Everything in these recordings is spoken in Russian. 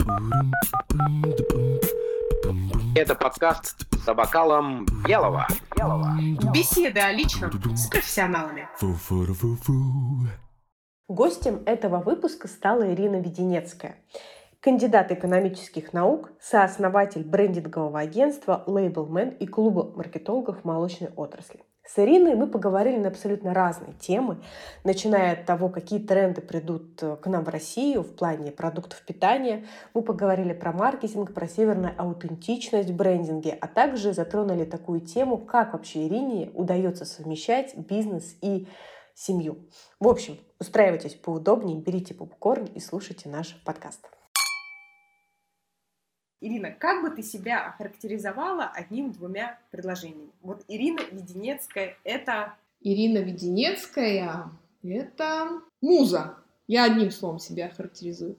Это подкаст «За бокалом белого». Беседы о личном с профессионалами. Гостем этого выпуска стала Ирина Веденецкая, кандидат экономических наук, сооснователь брендингового агентства Labelman и клуба маркетологов молочной отрасли. С Ириной мы поговорили на абсолютно разные темы, начиная от того, какие тренды придут к нам в Россию в плане продуктов питания. Мы поговорили про маркетинг, про северную аутентичность в брендинге, а также затронули такую тему, как вообще Ирине удается совмещать бизнес и семью. В общем, устраивайтесь поудобнее, берите попкорн и слушайте наш подкаст. Ирина, как бы ты себя охарактеризовала одним-двумя предложениями? Вот Ирина Веденецкая — это... Ирина Веденецкая — это муза. Я одним словом себя охарактеризую.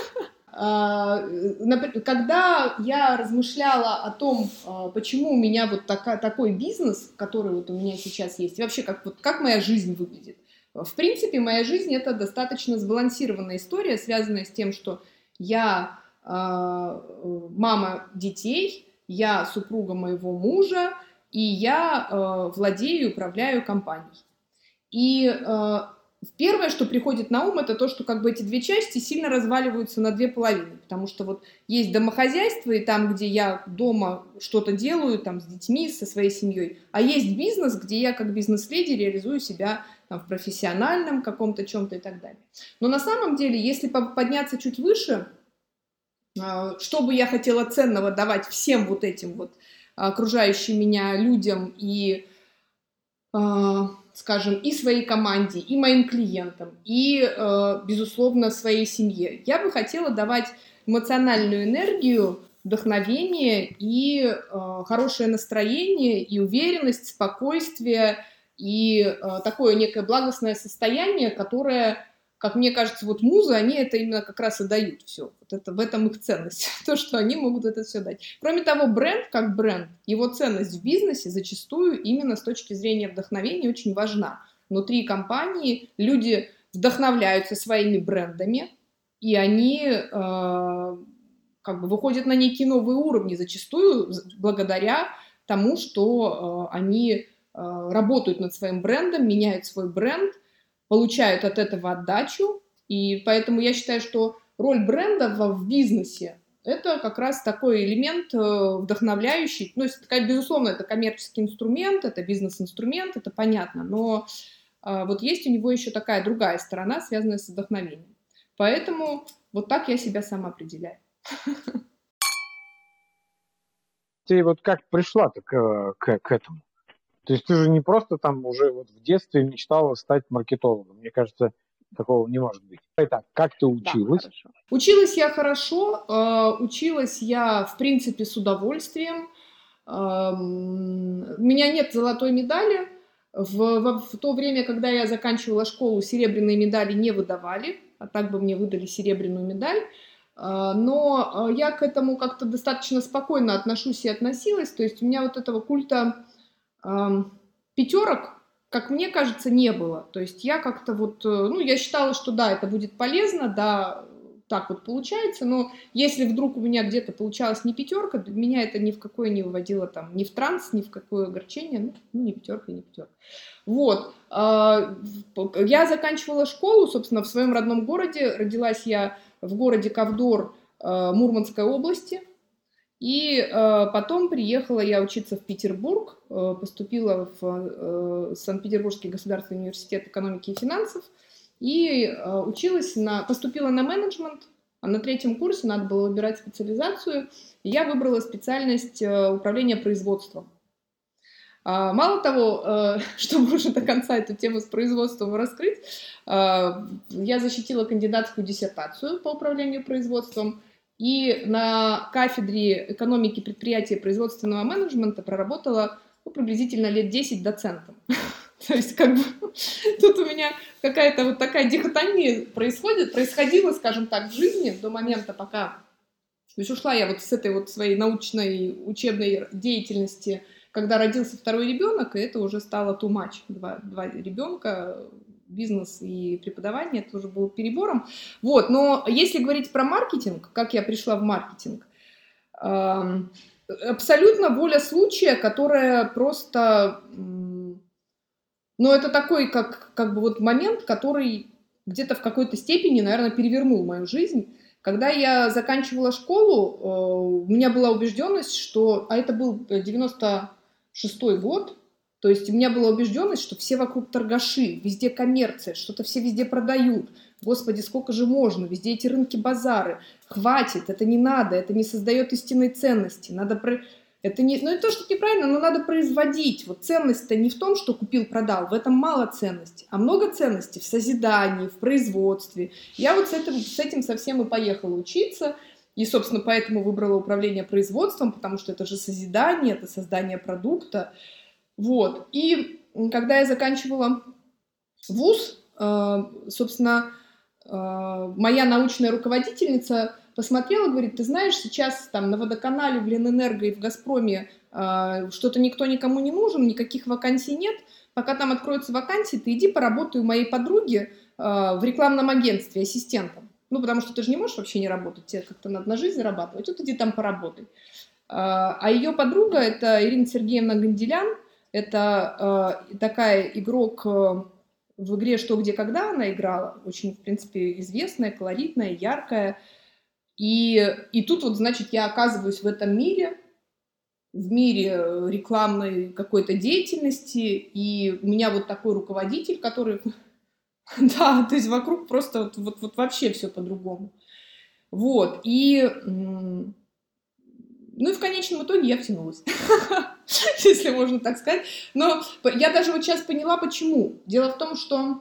Когда я размышляла о том, почему у меня вот такой бизнес, который вот у меня сейчас есть, и вообще как моя жизнь выглядит. В принципе, моя жизнь — это достаточно сбалансированная история, связанная с тем, что я мама детей, я супруга моего мужа, и я владею и управляю компанией. И первое, что приходит на ум, это то, что как бы эти две части сильно разваливаются на две половины, потому что вот есть домохозяйство, и там, где я дома что-то делаю, там, с детьми, со своей семьей, а есть бизнес, где я как бизнес-леди реализую себя там, в профессиональном каком-то чем-то и так далее. Но на самом деле, если подняться чуть выше, что бы я хотела ценного давать всем вот этим вот окружающим меня людям и, скажем, и своей команде, и моим клиентам, и, безусловно, своей семье. Я бы хотела давать эмоциональную энергию, вдохновение и хорошее настроение, и уверенность, спокойствие, и такое некое благостное состояние, которое, как мне кажется, вот музы, они это именно как раз и дают все. Вот это, в этом их ценность, то, что они могут это все дать. Кроме того, бренд как бренд, его ценность в бизнесе зачастую именно с точки зрения вдохновения очень важна. Внутри компании люди вдохновляются своими брендами, и они как бы выходят на некие новые уровни, зачастую благодаря тому, что они работают над своим брендом, меняют свой бренд, получают от этого отдачу, и поэтому я считаю, что роль бренда в бизнесе – это как раз такой элемент вдохновляющий. Ну, безусловно, это коммерческий инструмент, это бизнес-инструмент, это понятно, но вот есть у него еще такая другая сторона, связанная с вдохновением. Поэтому вот так я себя сама определяю. Ты вот как пришла-то к этому? То есть ты же не просто там уже вот в детстве мечтала стать маркетологом. Мне кажется, такого не может быть. Итак, как ты училась? Да, хорошо. Училась я хорошо, училась я, в принципе, с удовольствием. У меня нет золотой медали. В то время, когда я заканчивала школу, серебряные медали не выдавали, а так бы мне выдали серебряную медаль. Но я к этому как-то достаточно спокойно отношусь и относилась. То есть у меня вот этого культа пятерок, как мне кажется, не было. То есть я как-то вот, ну, я считала, что да, это будет полезно, да, так вот получается, но если вдруг у меня где-то получалась не пятерка, меня это ни в какое не выводило там, ни в транс, ни в какое огорчение, ну не пятерка, не пятерка. Вот. Я заканчивала школу, собственно, в своем родном городе. Родилась я в городе Ковдор Мурманской области. И потом приехала я учиться в Петербург, поступила в Санкт-Петербургский государственный университет экономики и финансов и поступила на менеджмент, а на 3-м курсе надо было выбирать специализацию, и я выбрала специальность управления производством. Мало того, чтобы уже до конца эту тему с производством раскрыть, я защитила кандидатскую диссертацию по управлению производством, и на кафедре экономики предприятия и производственного менеджмента проработала приблизительно лет 10 доцентом. То есть как бы тут у меня какая-то вот такая дихотомия происходила, скажем так, в жизни до момента, пока... То есть ушла я вот с этой вот своей научной учебной деятельности, когда родился второй ребенок, и это уже стало too much. Два ребенка, бизнес и преподавание, это уже было перебором. Вот, но если говорить про маркетинг, как я пришла в маркетинг, абсолютно воля случая, которая просто, ну, это такой, как бы вот момент, который где-то в какой-то степени, наверное, перевернул мою жизнь. Когда я заканчивала школу, у меня была убежденность, что, а это был 96-й год, то есть у меня была убежденность, что все вокруг торгаши, везде коммерция, что-то все везде продают. Господи, сколько же можно, везде эти рынки-базары. Хватит, это не надо, это не создает истинной ценности. Это не, ну, это то, что неправильно, но надо производить. Вот ценность-то не в том, что купил-продал, в этом мало ценности, а много ценностей в созидании, в производстве. Я вот с этим совсем и поехала учиться, и, собственно, поэтому выбрала управление производством, потому что это же созидание, это создание продукта. Вот. И когда я заканчивала вуз, собственно, моя научная руководительница посмотрела, говорит, ты знаешь, сейчас там на водоканале, в Ленэнерго и в Газпроме что-то никто никому не нужен, никаких вакансий нет. Пока там откроются вакансии, ты иди поработай у моей подруги в рекламном агентстве ассистентом. Ну, потому что ты же не можешь вообще не работать, тебе как-то надо на жизнь зарабатывать, вот иди там поработай. А ее подруга, это Ирина Сергеевна Ганделян, это такая игрок в игре «Что, где, когда» она играла, очень, в принципе, известная, колоритная, яркая. И тут вот, значит, я оказываюсь в этом мире, в мире рекламной какой-то деятельности, и у меня вот такой руководитель, который... Да, то есть вокруг просто вот вообще все по-другому. Вот, и... Ну и в конечном итоге я втянулась, если можно так сказать. Но я даже вот сейчас поняла, почему. Дело в том, что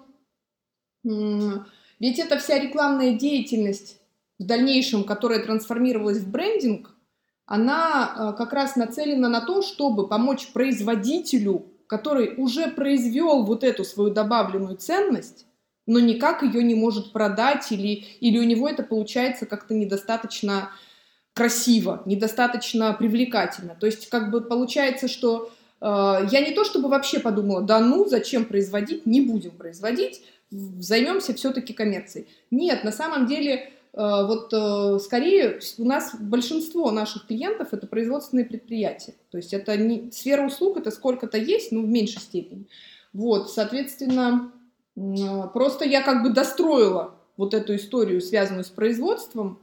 ведь эта вся рекламная деятельность в дальнейшем, которая трансформировалась в брендинг, она как раз нацелена на то, чтобы помочь производителю, который уже произвел вот эту свою добавленную ценность, но никак ее не может продать, или у него это получается как-то недостаточно красиво, недостаточно привлекательно. То есть как бы получается, что я не то чтобы вообще подумала, да ну, зачем производить, не будем производить, займемся все-таки коммерцией. Нет, на самом деле, скорее у нас большинство наших клиентов это производственные предприятия. То есть это не, сфера услуг, это сколько-то есть, но в меньшей степени. Вот, соответственно, просто я как бы достроила вот эту историю, связанную с производством,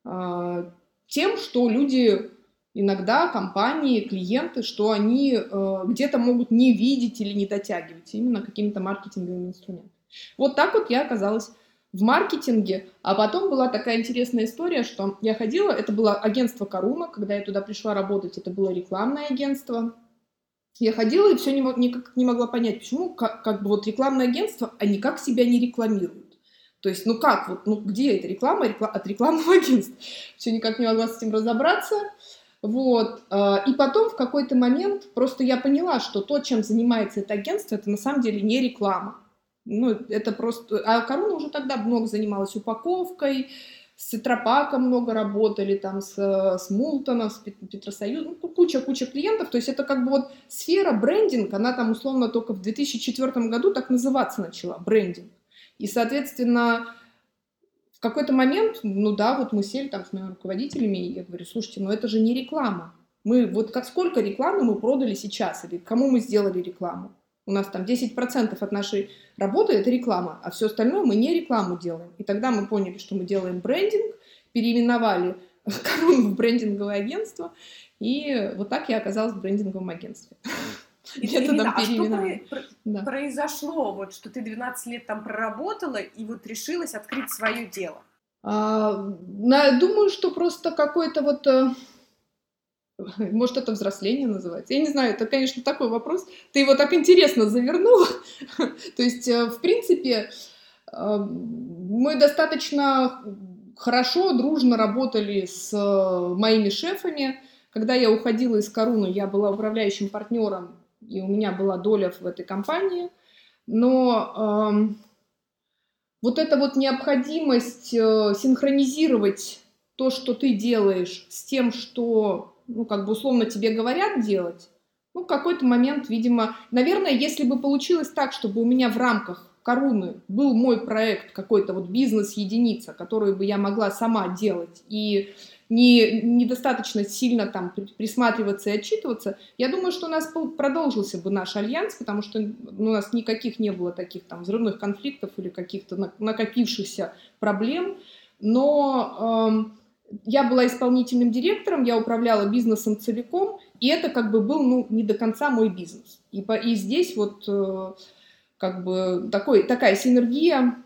тем, что люди иногда, компании, клиенты, что они где-то могут не видеть или не дотягивать именно какими-то маркетинговыми инструментами. Вот так вот я оказалась в маркетинге, а потом была такая интересная история, что я ходила, это было агентство Каруна, когда я туда пришла работать, это было рекламное агентство. Я ходила и все никак не могла понять, почему как бы вот рекламное агентство, а никак себя не рекламируют. То есть, ну как, вот, ну где эта реклама от рекламного агентства? Все никак не могла с этим разобраться. Вот. И потом в какой-то момент просто я поняла, что то, чем занимается это агентство, это на самом деле не реклама. Ну, это просто... А Каруна уже тогда много занималась упаковкой, с Цитропаком много работали, там с Мултоном, с Петросоюзом, ну, куча клиентов. То есть это как бы вот сфера брендинг, она там условно только в 2004 году так называться начала, брендинг. И, соответственно, в какой-то момент, ну да, вот мы сели там с моими руководителями, и я говорю, слушайте, ну это же не реклама. Мы вот как сколько рекламы мы продали сейчас, или кому мы сделали рекламу? У нас там 10% от нашей работы это реклама, а все остальное мы не рекламу делаем. И тогда мы поняли, что мы делаем брендинг, переименовали Каруну в брендинговое агентство, и вот так я оказалась в брендинговом агентстве. Ирина, а что произошло, вот, что ты 12 лет там проработала и вот решилась открыть свое дело? Думаю, что просто какой-то вот, может, это взросление называется. Я не знаю, это, конечно, такой вопрос. Ты его так интересно завернула. То есть, в принципе, мы достаточно хорошо, дружно работали с моими шефами. Когда я уходила из Каруны, я была управляющим партнером, и у меня была доля в этой компании, но вот эта вот необходимость синхронизировать то, что ты делаешь, с тем, что, ну, как бы условно тебе говорят делать, ну, в какой-то момент, видимо, наверное, если бы получилось так, чтобы у меня в рамках Каруны был мой проект, какой-то вот бизнес-единица, которую бы я могла сама делать, и недостаточно сильно там присматриваться и отчитываться, я думаю, что у нас продолжился бы наш альянс, потому что у нас никаких не было таких там взрывных конфликтов или каких-то накопившихся проблем, но я была исполнительным директором, я управляла бизнесом целиком, и это как бы был не до конца мой бизнес. И здесь вот как бы такая синергия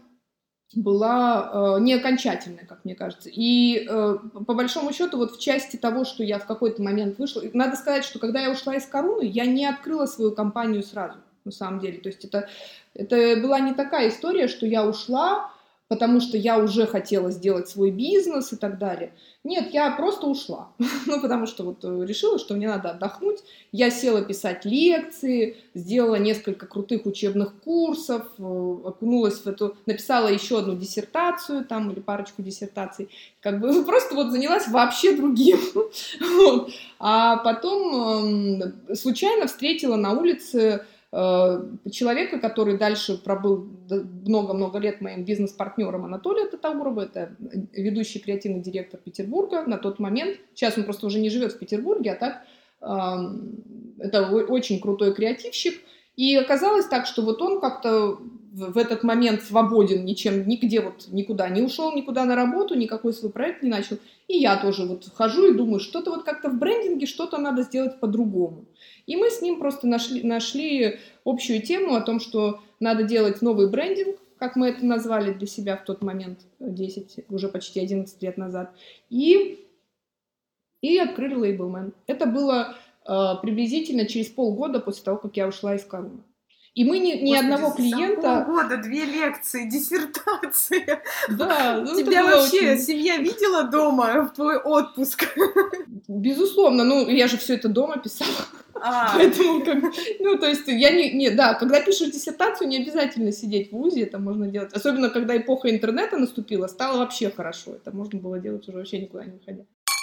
была не окончательная, как мне кажется. И по большому счету вот в части того, что я в какой-то момент вышла, надо сказать, что когда я ушла из Каруны, я не открыла свою компанию сразу, на самом деле. То есть это была не такая история, что я ушла, потому что я уже хотела сделать свой бизнес и так далее. Нет, я просто ушла, потому что вот решила, что мне надо отдохнуть. Я села писать лекции, сделала несколько крутых учебных курсов, окунулась написала еще одну диссертацию там или парочку диссертаций, как бы просто вот занялась вообще другим. Вот. А потом случайно встретила на улице человека, который дальше пробыл много-много лет моим бизнес-партнером, Анатолия Татаурова, это ведущий креативный директор Петербурга на тот момент. Сейчас он просто уже не живет в Петербурге, а так это очень крутой креативщик. И оказалось так, что вот он как-то в этот момент свободен, нигде вот никуда не ушел, никуда на работу, никакой свой проект не начал. И я тоже вот хожу и думаю, что-то вот как-то в брендинге, что-то надо сделать по-другому. И мы с ним просто нашли общую тему о том, что надо делать новый брендинг, как мы это назвали для себя в тот момент, 10, уже почти 11 лет назад, и открыли Label Man. Это было приблизительно через полгода после того, как я ушла из Каруны. И мы ни одного клиента... Полгода, 2 лекции, диссертация. Да. Тебя вообще семья видела дома в твой отпуск? Безусловно. Я же все это дома писала. Поэтому, то есть, да, когда пишешь диссертацию, не обязательно сидеть в вузе, это можно делать. Особенно, когда эпоха интернета наступила, стало вообще хорошо. Это можно было делать уже вообще никуда не выходя.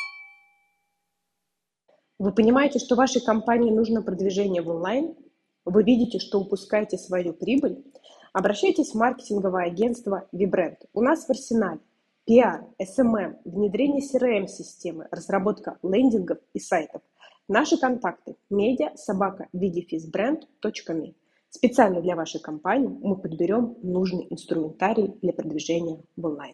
Вы понимаете, что вашей компании нужно продвижение в онлайн? Вы видите, что упускаете свою прибыль? Обращайтесь в маркетинговое агентство VBrand. У нас в арсенале PR, SMM, внедрение CRM-системы, разработка лендингов и сайтов. Наши контакты media@vidifizbrand.me. Специально для вашей компании мы подберем нужный инструментарий для продвижения в онлайн.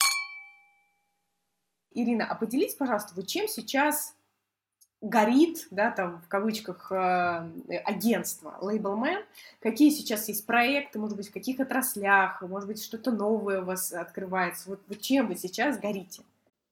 Ирина, а поделитесь, пожалуйста, вы чем сейчас горит, да, там, в кавычках, агентство Label Man? Какие сейчас есть проекты, может быть, в каких отраслях, может быть, что-то новое у вас открывается? Вот чем вы сейчас горите?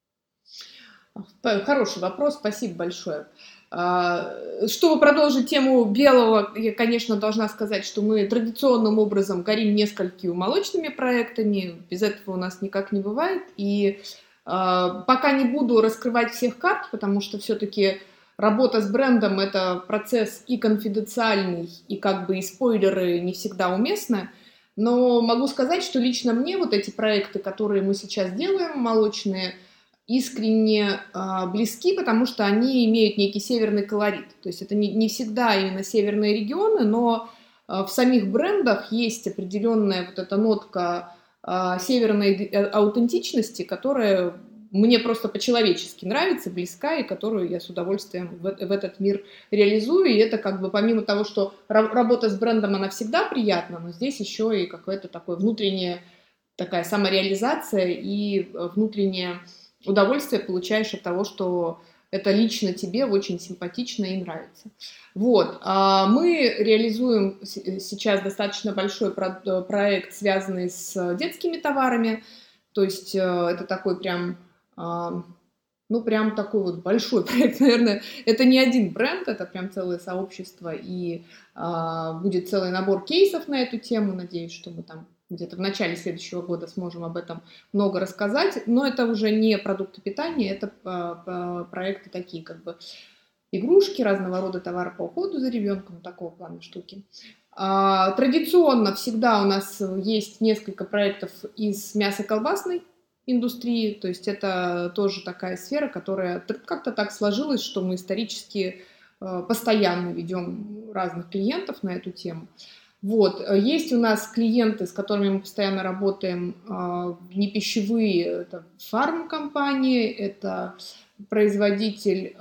Хороший вопрос, спасибо большое. Чтобы продолжить тему белого, я, конечно, должна сказать, что мы традиционным образом горим несколькими молочными проектами, без этого у нас никак не бывает, и пока не буду раскрывать всех карт, потому что все-таки работа с брендом – это процесс и конфиденциальный, и как бы и спойлеры не всегда уместны, но могу сказать, что лично мне вот эти проекты, которые мы сейчас делаем, молочные, искренне близки, потому что они имеют некий северный колорит. То есть это не всегда именно северные регионы, но в самих брендах есть определенная вот эта нотка северной аутентичности, которая мне просто по-человечески нравится, близка, и которую я с удовольствием в этот мир реализую. И это как бы помимо того, что работа с брендом, она всегда приятна, но здесь еще и какое-то такое внутреннее, такая самореализация и внутреннее удовольствие получаешь от того, что это лично тебе очень симпатично и нравится. Вот. Мы реализуем сейчас достаточно большой проект, связанный с детскими товарами. То есть это такой прям такой вот большой проект, наверное. Это не один бренд, это прям целое сообщество, и будет целый набор кейсов на эту тему. Надеюсь, что мы там где-то в начале следующего года сможем об этом много рассказать. Но это уже не продукты питания, это проекты такие, как бы игрушки, разного рода товары по уходу за ребенком, такого плана штуки. Традиционно всегда у нас есть несколько проектов из мясо-колбасной индустрии, то есть это тоже такая сфера, которая как-то так сложилась, что мы исторически постоянно ведем разных клиентов на эту тему. Вот. Есть у нас клиенты, с которыми мы постоянно работаем, не пищевые, это фармкомпании, это производитель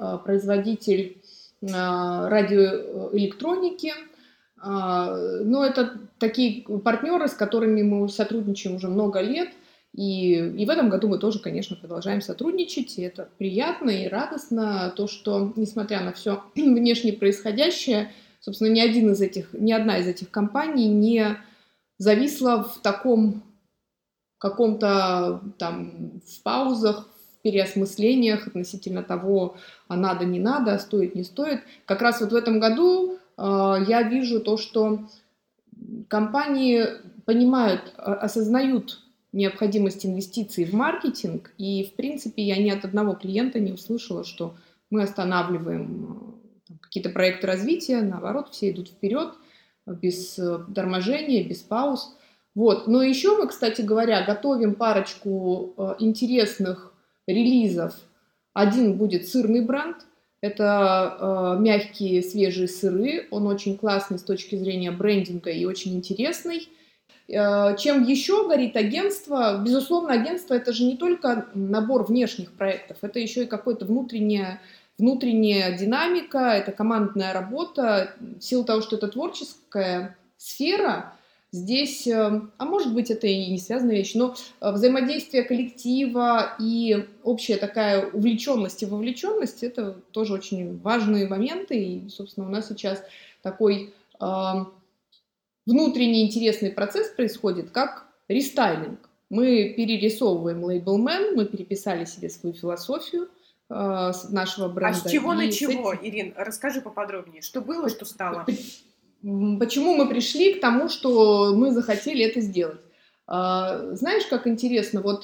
радиоэлектроники. Но это такие партнеры, с которыми мы сотрудничаем уже много лет. И в этом году мы тоже, конечно, продолжаем сотрудничать. И это приятно и радостно, то, что, несмотря на все внешне происходящее, собственно, ни одна из этих компаний не зависла в таком каком-то там в паузах, в переосмыслениях относительно того, а надо, не надо, а стоит, не стоит. Как раз вот в этом году я вижу то, что компании понимают, осознают необходимость инвестиций в маркетинг, и, в принципе, я ни от одного клиента не услышала, что мы останавливаем какие-то проекты развития, наоборот, все идут вперед, без торможения, без пауз. Вот. Но еще мы, кстати говоря, готовим парочку интересных релизов. Один будет сырный бренд, это мягкие свежие сыры, он очень классный с точки зрения брендинга и очень интересный. Чем еще горит агентство? Безусловно, агентство — это же не только набор внешних проектов, это еще и какая-то внутренняя динамика, это командная работа. В силу того, что это творческая сфера, здесь, а может быть, это и не связанная вещь, но взаимодействие коллектива и общая такая увлеченность и вовлеченность — это тоже очень важные моменты. И, собственно, у нас сейчас такой внутренний интересный процесс происходит, как рестайлинг. Мы перерисовываем Labelman, мы переписали себе свою философию нашего бренда. А с чего на чего, Ирин? Расскажи поподробнее. Что было, что стало? Почему мы пришли к тому, что мы захотели это сделать? Знаешь, как интересно, вот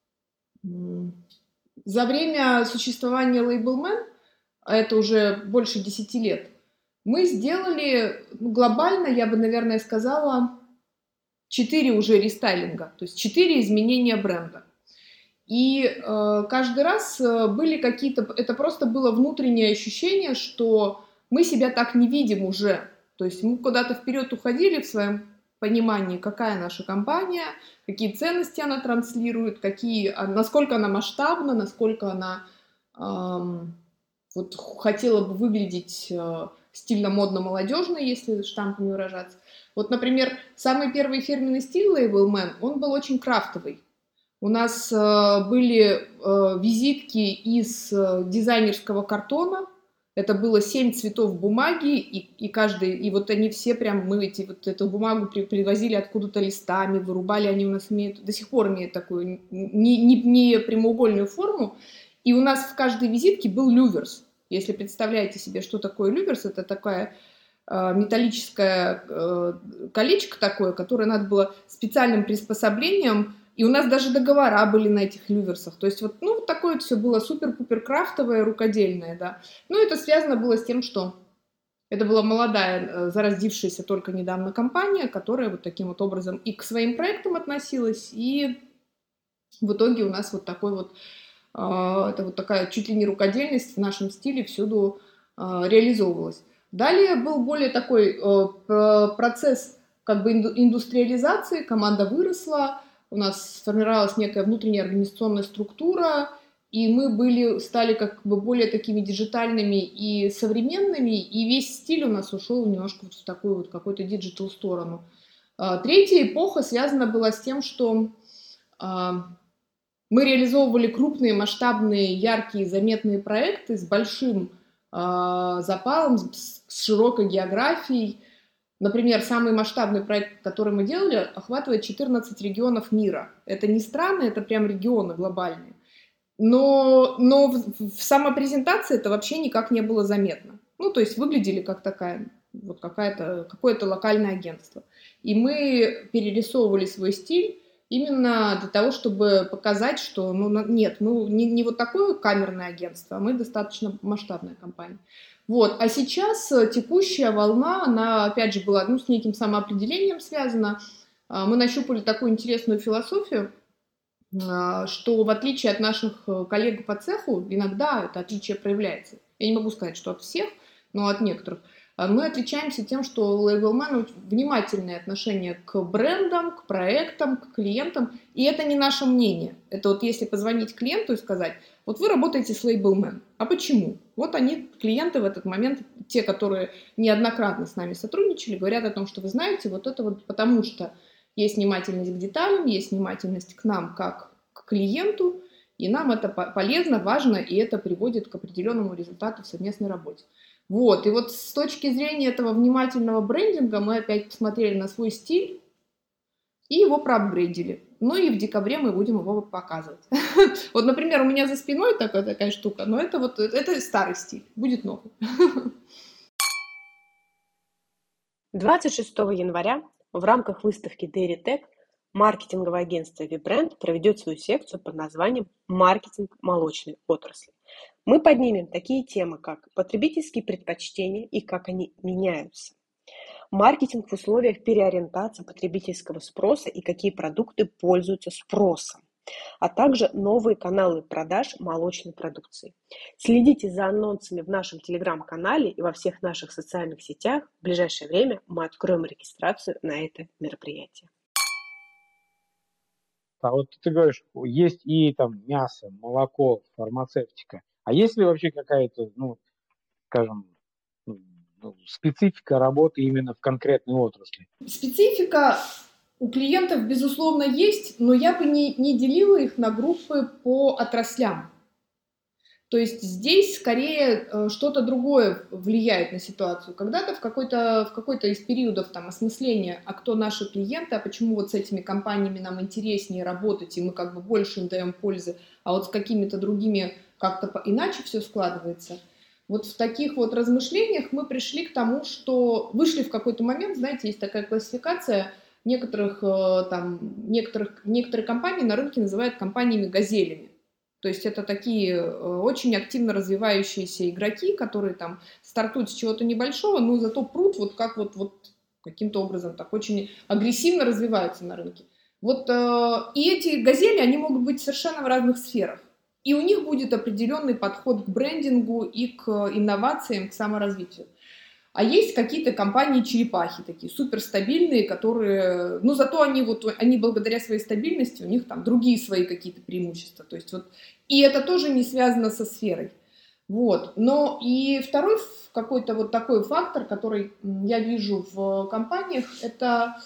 за время существования Labelman, а это уже больше 10 лет, мы сделали глобально, я бы, наверное, сказала, 4 уже рестайлинга, то есть 4 изменения бренда. И каждый раз были какие-то... Это просто было внутреннее ощущение, что мы себя так не видим уже. То есть мы куда-то вперед уходили в своем понимании, какая наша компания, какие ценности она транслирует, насколько она масштабна, насколько она вот хотела бы выглядеть стильно-модно-молодежно, если штампами выражаться. Вот, например, самый первый фирменный стиль Labelman, он был очень крафтовый. У нас были визитки из дизайнерского картона. Это было 7 цветов бумаги, и вот они все прям, мы эту бумагу привозили откуда-то листами, вырубали, они у нас до сих пор имеют такую не прямоугольную форму. И у нас в каждой визитке был люверс. Если представляете себе, что такое люверс, это такая металлическое колечко такое, которое надо было специальным приспособлением. И у нас даже договора были на этих люверсах. То есть вот такое вот все было супер-пупер крафтовое, рукодельное, да. Ну, это связано было с тем, что это была молодая, зародившаяся только недавно компания, которая вот таким вот образом и к своим проектам относилась, и в итоге у нас вот такой вот, это вот такая чуть ли не рукодельность в нашем стиле всюду реализовывалась. Далее был более такой процесс как бы индустриализации, команда выросла, у нас сформировалась некая внутренняя организационная структура, и мы стали как бы более такими диджитальными и современными, и весь стиль у нас ушел немножко вот в такую вот какую-то диджитал сторону. Третья эпоха связана была с тем, что мы реализовывали крупные, масштабные, яркие, заметные проекты с большим запалом, с широкой географией. Например, самый масштабный проект, который мы делали, охватывает 14 регионов мира. Это не страны, это прям регионы глобальные. Но в самопрезентации это вообще никак не было заметно. Ну, то есть выглядели как такая, вот какое-то локальное агентство. И мы перерисовывали свой стиль именно для того, чтобы показать, что не вот такое камерное агентство, а мы достаточно масштабная компания. Вот. А сейчас текущая волна, она, опять же, была с неким самоопределением связана. Мы нащупали такую интересную философию, что в отличие от наших коллег по цеху, иногда это отличие проявляется. Я не могу сказать, что от всех, но от некоторых. Мы отличаемся тем, что у Labelman внимательное отношение к брендам, к проектам, к клиентам, и это не наше мнение. Это вот если позвонить клиенту и сказать, вот вы работаете с Labelman, а почему? Вот они, клиенты в этот момент, те, которые неоднократно с нами сотрудничали, говорят о том, что вы знаете, вот это вот потому что есть внимательность к деталям, есть внимательность к нам как к клиенту, и нам это полезно, важно, и это приводит к определенному результату в совместной работе. Вот, и вот с точки зрения этого внимательного брендинга мы опять посмотрели на свой стиль и его проапгрейдили. Ну и в декабре мы будем его показывать. Вот, например, у меня за спиной такая штука, но это вот это старый стиль, будет новый. 26 января в рамках выставки Dairy Tech маркетинговое агентство VBrand проведет свою секцию под названием «Маркетинг молочной отрасли». Мы поднимем такие темы, как потребительские предпочтения и как они меняются, маркетинг в условиях переориентации потребительского спроса и какие продукты пользуются спросом, а также новые каналы продаж молочной продукции. Следите за анонсами в нашем телеграм-канале и во всех наших социальных сетях. В ближайшее время мы откроем регистрацию на это мероприятие. А вот ты говоришь, есть и там мясо, молоко, фармацевтика. А есть ли вообще какая-то, скажем, специфика работы именно в конкретной отрасли? Специфика у клиентов, безусловно, есть, но я бы не делила их на группы по отраслям. То есть здесь скорее что-то другое влияет на ситуацию. Когда-то в какой-то из периодов там, осмысления, а кто наши клиенты, а почему вот с этими компаниями нам интереснее работать, и мы как бы больше им даем пользы, а вот с какими-то другими как-то иначе все складывается. Вот в таких вот размышлениях мы пришли к тому, что вышли в какой-то момент, знаете, есть такая классификация, некоторые компании на рынке называют компаниями-газелями. То есть это такие очень активно развивающиеся игроки, которые там стартуют с чего-то небольшого, но зато прут вот как вот каким-то образом так очень агрессивно развиваются на рынке. Вот и эти газели, они могут быть совершенно в разных сферах. И у них будет определенный подход к брендингу и к инновациям, к саморазвитию. А есть какие-то компании-черепахи, такие суперстабильные, которые, зато они благодаря своей стабильности, у них там другие свои какие-то преимущества. То есть и это тоже не связано со сферой. Вот. Но и второй какой-то вот такой фактор, который я вижу в компаниях, это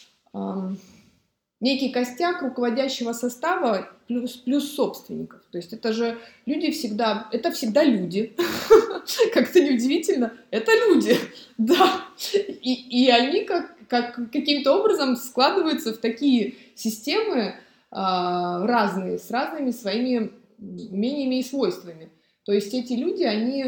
некий костяк руководящего состава плюс собственников. То есть это же люди всегда люди. Как-то неудивительно, это люди, да. И они каким-то образом складываются в такие системы разные, с разными своими умениями и свойствами. То есть эти люди, они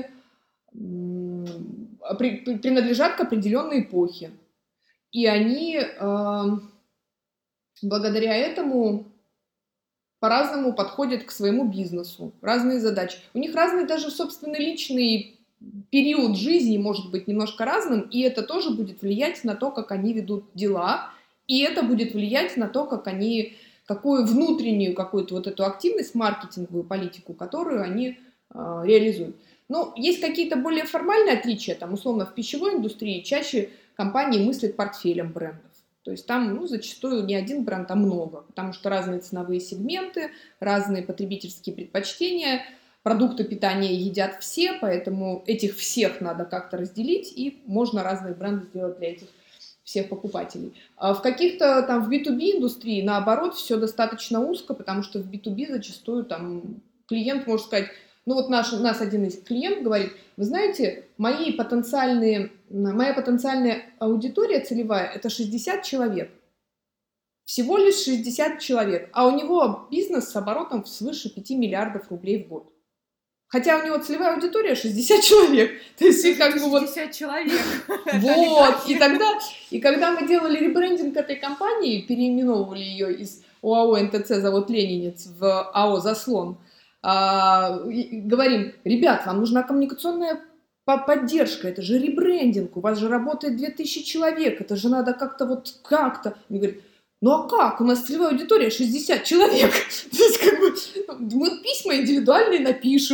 принадлежат к определенной эпохе. И они благодаря этому по-разному подходят к своему бизнесу, разные задачи. У них разный даже собственный личный период жизни может быть немножко разным, и это тоже будет влиять на то, как они ведут дела, и это будет влиять на то, какую внутреннюю какую-то вот эту активность, маркетинговую политику, которую они реализуют. Есть какие-то более формальные отличия, там, условно, в пищевой индустрии чаще компании мыслят портфелем брендов. То есть там зачастую не один бренд, а много, потому что разные ценовые сегменты, разные потребительские предпочтения, продукты питания едят все, поэтому этих всех надо как-то разделить, и можно разные бренды сделать для этих всех покупателей. А в каких-то там в B2B индустрии, наоборот, все достаточно узко, потому что в B2B зачастую там клиент может сказать, нас один из клиентов говорит, вы знаете, моя потенциальная аудитория целевая – это 60 человек. Всего лишь 60 человек. А у него бизнес с оборотом свыше 5 миллиардов рублей в год. Хотя у него целевая аудитория 60 человек. То есть 60 человек. Вот. И когда мы делали ребрендинг этой компании, переименовывали ее из ОАО НТЦ «Завод Ленинец» в АО «Заслон», говорим, ребят, вам нужна коммуникационная поддержка, это же ребрендинг, у вас же работает 2000 человек, это же надо как-то. Они говорят, а как? У нас целевая аудитория 60 человек. То есть мы письма индивидуальные напишем,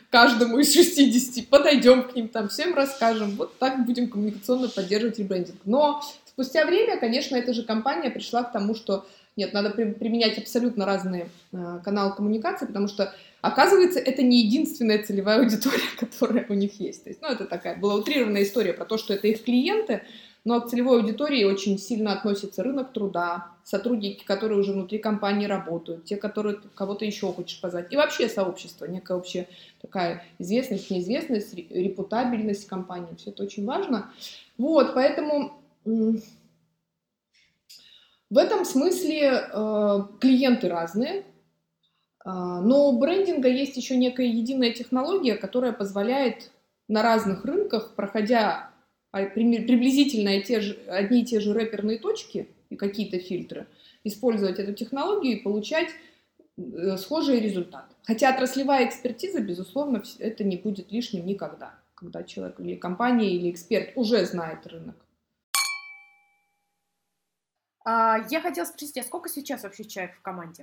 каждому из 60, подойдем к ним, там всем расскажем, вот так будем коммуникационно поддерживать ребрендинг. Но спустя время, конечно, эта же компания пришла к тому, что нет, надо применять абсолютно разные каналы коммуникации, потому что, оказывается, это не единственная целевая аудитория, которая у них есть. То есть, ну, это такая была утрированная история про то, что это их клиенты, но к целевой аудитории очень сильно относится рынок труда, сотрудники, которые уже внутри компании работают, те, которые кого-то еще хочешь позвать, и вообще сообщество, некая общая такая известность, неизвестность, репутабельность компании, все это очень важно. Вот, поэтому в этом смысле клиенты разные, но у брендинга есть еще некая единая технология, которая позволяет на разных рынках, проходя приблизительно одни и те же рэперные точки и какие-то фильтры, использовать эту технологию и получать схожие результаты. Хотя отраслевая экспертиза, безусловно, это не будет лишним никогда, когда человек или компания, или эксперт уже знает рынок. Я хотела спросить, а сколько сейчас вообще человек в команде?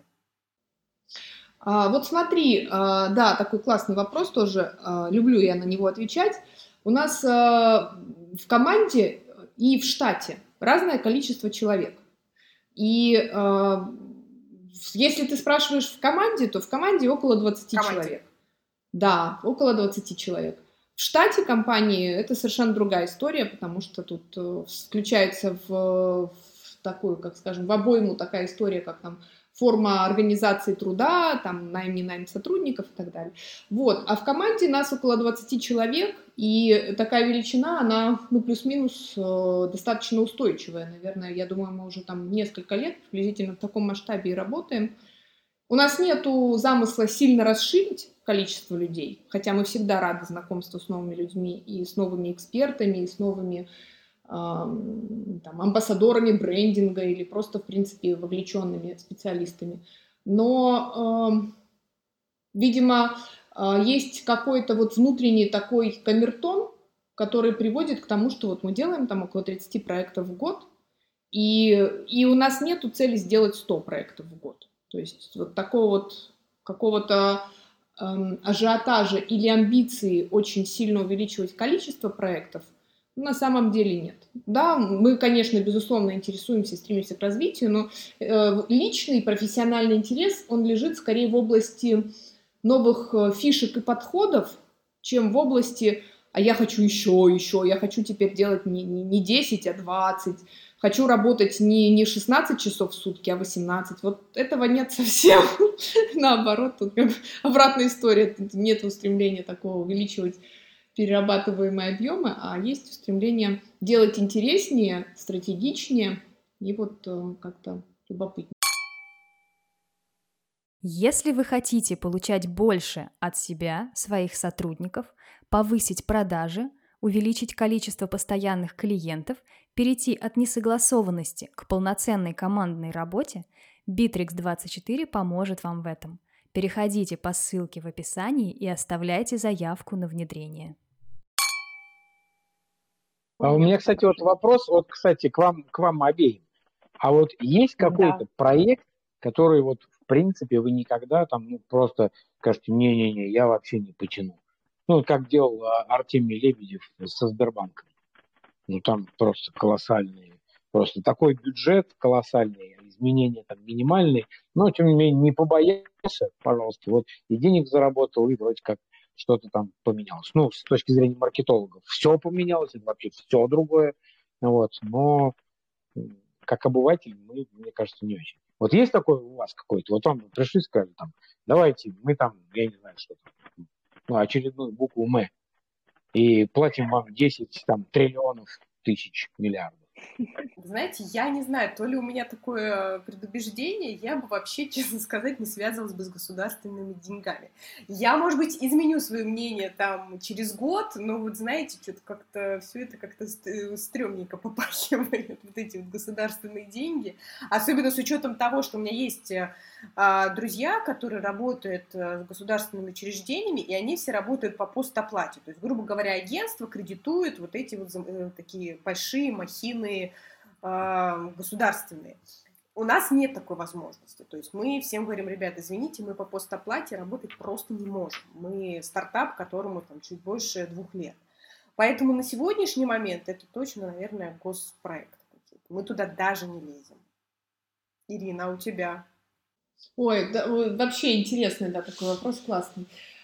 Вот смотри, да, такой классный вопрос тоже, люблю я на него отвечать. У нас в команде и в штате разное количество человек. И если ты спрашиваешь в команде, то в команде около 20 человек. Да, около 20 человек. В штате компании это совершенно другая история, потому что тут включается в такую, как скажем, в обойму такая история, как там форма организации труда, там найм, не найм сотрудников и так далее. Вот. А в команде нас около 20 человек, и такая величина, она, ну, плюс-минус достаточно устойчивая. Наверное, я думаю, мы уже там несколько лет приблизительно в таком масштабе и работаем. У нас нету замысла сильно расширить количество людей, хотя мы всегда рады знакомству с новыми людьми и с новыми экспертами, и с новыми там, амбассадорами брендинга или просто, в принципе, вовлеченными специалистами. Но, видимо, есть какой-то вот внутренний такой камертон, который приводит к тому, что вот мы делаем там около 30 проектов в год, и у нас нету цели сделать 100 проектов в год. То есть вот такого вот какого-то ажиотажа или амбиции очень сильно увеличивать количество проектов на самом деле нет. Да, мы, конечно, безусловно интересуемся, стремимся к развитию, но личный профессиональный интерес, он лежит скорее в области новых фишек и подходов, чем в области «а я хочу еще, я хочу теперь делать не 10, а 20, хочу работать не 16 часов в сутки, а 18». Вот этого нет совсем. Наоборот, тут как бы обратная история, тут нет устремления такого увеличивать перерабатываемые объемы, а есть стремление делать интереснее, стратегичнее и вот как-то любопытнее. Если вы хотите получать больше от себя, своих сотрудников, повысить продажи, увеличить количество постоянных клиентов, перейти от несогласованности к полноценной командной работе, Bittrex24 поможет вам в этом. Переходите по ссылке в описании и оставляйте заявку на внедрение. А у меня, кстати, вот вопрос, вот, кстати, к вам обеим. А вот есть какой-то проект, который вот в принципе вы никогда там просто скажете, не-не-не, я вообще не потяну. Ну, как делал Артемий Лебедев со Сбербанком. Ну, там просто колоссальные, просто такой бюджет колоссальный, изменения там минимальные, но, тем не менее, не побоялся, пожалуйста, вот и денег заработал, и вроде как что-то там поменялось. Ну, с точки зрения маркетологов все поменялось, это вообще все другое, вот, но как обыватель мы, мне кажется, не очень. Вот есть такое у вас какое-то, вот вам пришли, сказали там, давайте, мы там, я не знаю, что там, ну, очередную букву «М», и платим вам 10 там, триллионов, тысяч, миллиардов. Знаете, я не знаю, то ли у меня такое предубеждение, я бы вообще, честно сказать, не связывалась бы с государственными деньгами. Я, может быть, изменю свое мнение там через год, но вот знаете, что-то как-то все это как-то стрёмненько попахивает, вот эти вот государственные деньги, особенно с учетом того, что у меня есть друзья, которые работают с государственными учреждениями, и они все работают по постоплате, то есть, грубо говоря, агентство кредитует вот эти вот такие большие махины государственные. у нас нет такой возможности. То есть мы всем говорим: ребята, извините, мы по постоплате работать просто не можем. Мы стартап, которому там чуть больше 2 лет. Поэтому на сегодняшний момент это точно, наверное, госпроект. Мы туда даже не лезем. Ирина, а у тебя? Ой, да, вообще интересный, да, такой вопрос, классный.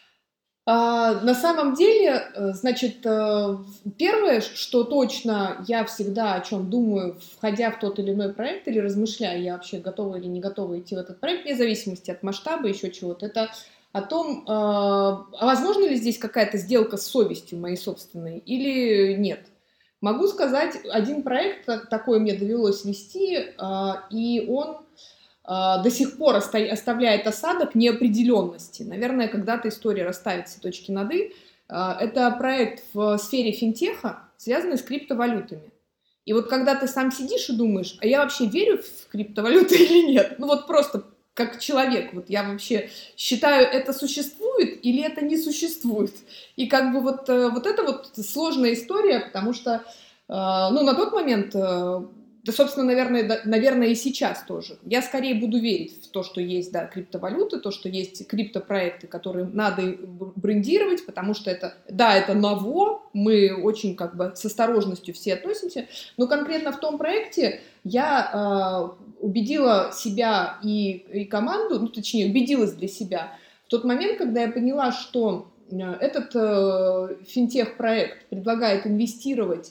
На самом деле, значит, первое, что точно я всегда о чем думаю, входя в тот или иной проект или размышляя, я вообще готова или не готова идти в этот проект, вне зависимости от масштаба, еще чего-то, это о том, возможно ли здесь какая-то сделка с совестью моей собственной или нет. Могу сказать, один проект такой мне довелось вести, и он до сих пор оставляет осадок неопределенности. Наверное, когда-то история расставит все точки над «и». Это проект в сфере финтеха, связанный с криптовалютами. И вот когда ты сам сидишь и думаешь, а я вообще верю в криптовалюты или нет? Ну вот просто как человек, вот я вообще считаю, это существует или это не существует. И как бы вот это вот сложная история, потому что, ну, на тот момент... Да, собственно, наверное, и сейчас тоже. Я скорее буду верить в то, что есть, да, криптовалюты, то, что есть криптопроекты, которые надо брендировать, потому что это, да, это ново, мы очень как бы с осторожностью все относимся, но конкретно в том проекте я убедила себя и команду, ну, точнее, убедилась для себя в тот момент, когда я поняла, что этот финтех-проект предлагает инвестировать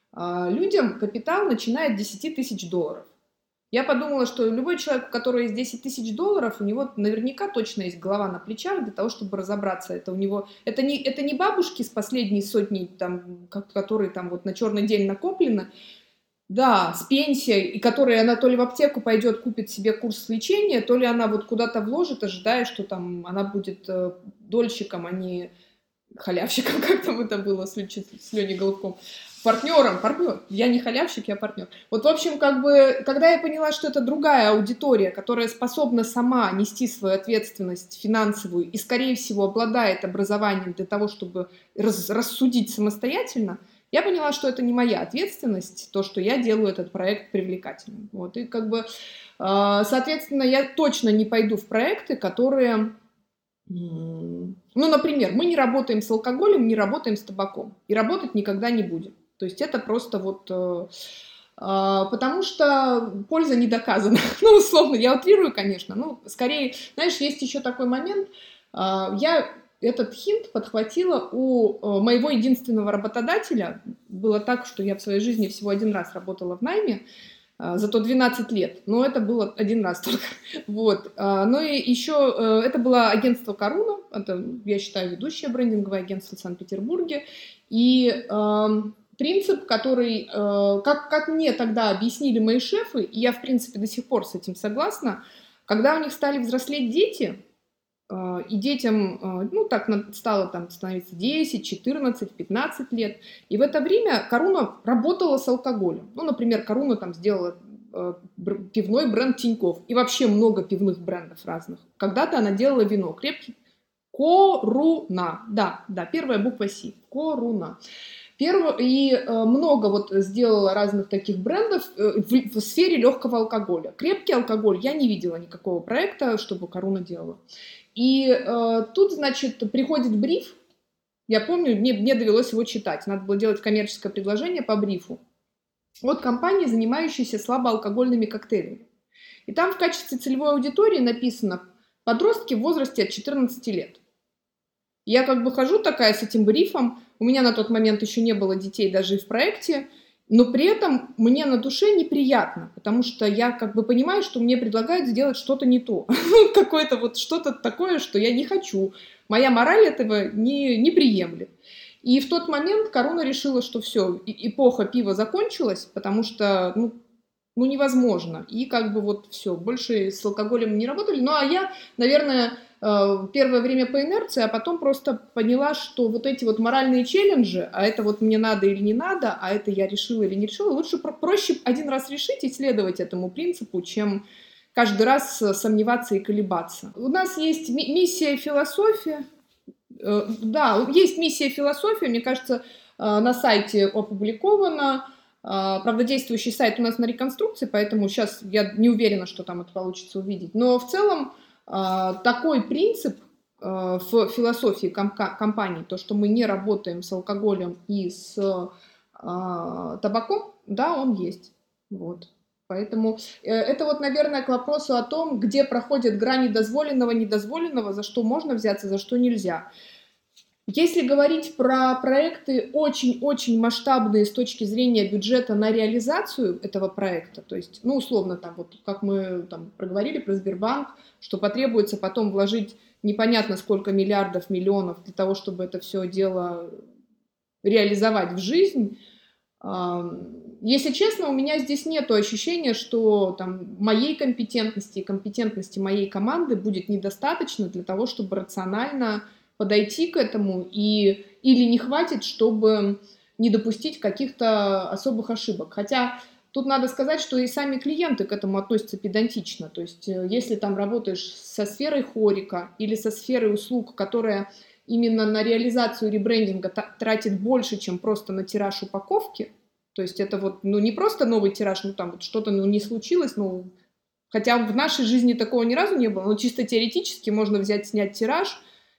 людям капитал начиная от $10 000. Я подумала, что любой человек, у которого есть $10 000, у него наверняка точно есть голова на плечах для того, чтобы разобраться. Это у него, это не бабушки с последней сотни, там, которые там вот на черный день накоплены, да, с пенсией, и которой она то ли в аптеку пойдет, купит себе курс лечения, то ли она вот куда-то вложит, ожидая, что там она будет дольщиком, а не халявщиком, как там это было с Леней Голубком. Партнер. Я не халявщик, я партнер. Вот, в общем, как бы, когда я поняла, что это другая аудитория, которая способна сама нести свою ответственность финансовую и, скорее всего, обладает образованием для того, чтобы рассудить самостоятельно, я поняла, что это не моя ответственность, то, что я делаю этот проект привлекательным. Вот, и как бы, соответственно, я точно не пойду в проекты, которые... Ну, например, мы не работаем с алкоголем, не работаем с табаком. И работать никогда не будем. То есть это просто вот... потому что польза не доказана. Ну, условно, я утрирую, конечно. Ну, скорее, знаешь, есть еще такой момент. Я этот хинт подхватила у моего единственного работодателя. Было так, что я в своей жизни всего один раз работала в найме. Зато 12 лет, но это было один раз только. Вот. Ну и еще это было агентство «Коруна», это, я считаю, ведущее брендинговое агентство в Санкт-Петербурге. И принцип, который, как мне тогда объяснили мои шефы, и я, в принципе, до сих пор с этим согласна, когда у них стали взрослеть дети, и детям, ну, так стало там становиться 10, 14, 15 лет. И в это время «Коруна» работала с алкоголем. Ну, например, «Коруна» там сделала пивной бренд Тинькофф. И вообще много пивных брендов разных. Когда-то она делала вино крепкий. «Коруна». Да, первая буква «С». «Коруна». И много вот сделала разных таких брендов в сфере легкого алкоголя. Крепкий алкоголь я не видела никакого проекта, чтобы «Коруна» делала. И тут, значит, приходит бриф. Я помню, мне довелось его читать. Надо было делать коммерческое предложение по брифу от компании, занимающейся слабоалкогольными коктейлями. И там в качестве целевой аудитории написано «подростки в возрасте от 14 лет». Я как бы хожу такая с этим брифом. У меня на тот момент еще не было детей даже и в проекте. Но при этом мне на душе неприятно, потому что я как бы понимаю, что мне предлагают сделать что-то не то. Какое-то вот что-то такое, что я не хочу. Моя мораль этого не приемлет. И в тот момент «Коруна» решила, что все, эпоха пива закончилась, потому что, ну невозможно. И как бы вот все, больше с алкоголем не работали. Ну а я, наверное, первое время по инерции, а потом просто поняла, что вот эти вот моральные челленджи, а это вот мне надо или не надо, а это я решила или не решила, лучше проще один раз решить и следовать этому принципу, чем каждый раз сомневаться и колебаться. У нас есть миссия философия. Да, есть миссия философия, мне кажется, на сайте опубликована. Правда, действующий сайт у нас на реконструкции, поэтому сейчас я не уверена, что там это получится увидеть. Но в целом такой принцип в философии компании, то, что мы не работаем с алкоголем и с табаком, да, он есть. Вот. Поэтому это вот, наверное, к вопросу о том, где проходят грани дозволенного, недозволенного, за что можно взяться, за что нельзя. Если говорить про проекты очень-очень масштабные с точки зрения бюджета на реализацию этого проекта, то есть, ну, условно, там, вот как мы там проговорили про Сбербанк, что потребуется потом вложить непонятно сколько миллиардов, миллионов для того, чтобы это все дело реализовать в жизнь. Если честно, у меня здесь нет ощущения, что там моей компетентности и компетентности моей команды будет недостаточно для того, чтобы рационально подойти к этому, или не хватит, чтобы не допустить каких-то особых ошибок. Хотя тут надо сказать, что и сами клиенты к этому относятся педантично. То есть если там работаешь со сферой хорика или со сферой услуг, которая именно на реализацию ребрендинга тратит больше, чем просто на тираж упаковки, то есть это вот, ну, не просто новый тираж, ну, там вот что-то, ну, не случилось, ну, хотя в нашей жизни такого ни разу не было, но чисто теоретически можно взять, снять тираж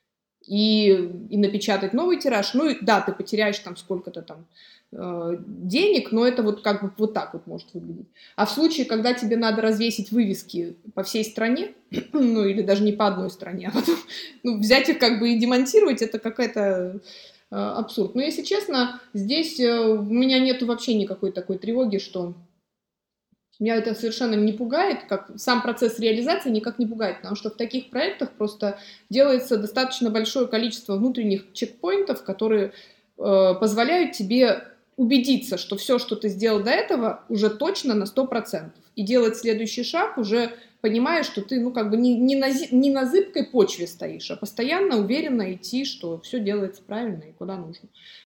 и напечатать новый тираж. Ну, и, да, ты потеряешь там сколько-то там денег, но это вот как бы вот так вот может выглядеть. А в случае, когда тебе надо развесить вывески по всей стране, ну, или даже не по одной стране, а потом взять их как бы и демонтировать, это какая-то абсурд. Но, если честно, здесь у меня нету вообще никакой такой тревоги, что меня это совершенно не пугает, как сам процесс реализации никак не пугает, потому что в таких проектах просто делается достаточно большое количество внутренних чекпоинтов, которые позволяют тебе убедиться, что все, что ты сделал до этого, уже точно на 100%. И делать следующий шаг, уже понимая, что ты, ну, как бы не на зыбкой почве стоишь, а постоянно уверенно идти, что все делается правильно и куда нужно.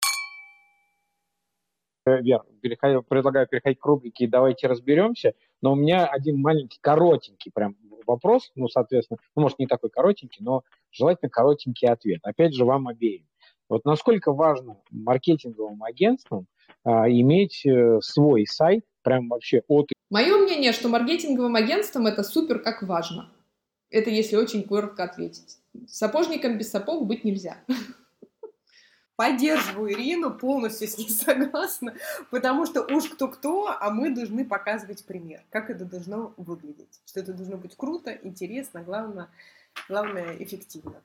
Вер, предлагаю переходить к рубрике «Давайте разберемся», но у меня один маленький, коротенький прям вопрос, ну, соответственно, ну, может, не такой коротенький, но желательно коротенький ответ. Опять же, вам обеим. Вот насколько важно маркетинговым агентствам иметь свой сайт, прям вообще от... Мое мнение, что маркетинговым агентствам это супер как важно. Это если очень коротко ответить. Сапожником без сапог быть нельзя. Поддерживаю Ирину, полностью с ней согласна, потому что уж кто-кто, а мы должны показывать пример, как это должно выглядеть, что это должно быть круто, интересно, главное эффективно.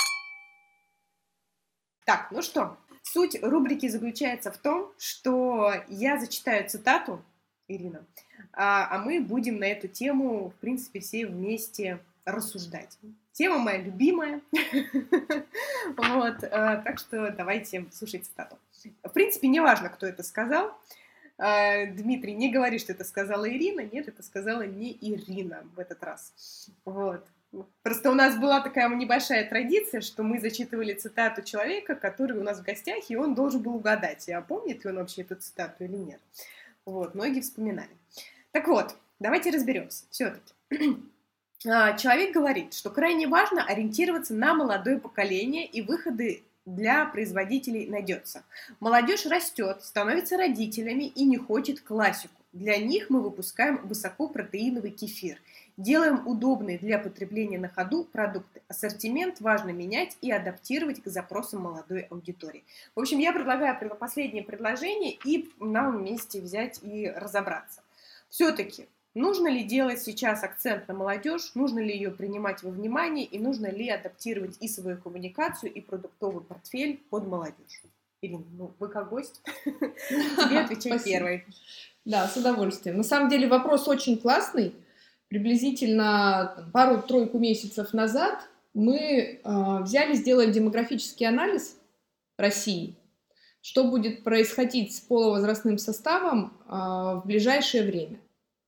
Так, ну что, суть рубрики заключается в том, что я зачитаю цитату, Ирина, а мы будем на эту тему, в принципе, все вместе рассуждать. Тема моя любимая, вот, так что давайте слушать цитату. В принципе, не важно, кто это сказал. Дмитрий, не говори, что это сказала Ирина. Нет, это сказала не Ирина в этот раз. Вот. Просто у нас была такая небольшая традиция, что мы зачитывали цитату человека, который у нас в гостях, и он должен был угадать, а помнит ли он вообще эту цитату или нет. Вот, многие вспоминали. Так вот, давайте разберемся все-таки. Человек говорит, что крайне важно ориентироваться на молодое поколение, и выходы для производителей найдется. Молодежь растет, становится родителями и не хочет классику. Для них мы выпускаем высокопротеиновый кефир. Делаем удобные для потребления на ходу продукты. Ассортимент важно менять и адаптировать к запросам молодой аудитории. В общем, я предлагаю последнее предложение и нам вместе взять и разобраться. Все-таки нужно ли делать сейчас акцент на молодежь, нужно ли ее принимать во внимание и нужно ли адаптировать и свою коммуникацию, и продуктовый портфель под молодежь? Ирина, ну вы как гость, тебе отвечай первой. Да, с удовольствием. На самом деле вопрос очень классный. Приблизительно пару-тройку месяцев назад мы взяли, сделали демографический анализ России, что будет происходить с полувозрастным составом в ближайшее время.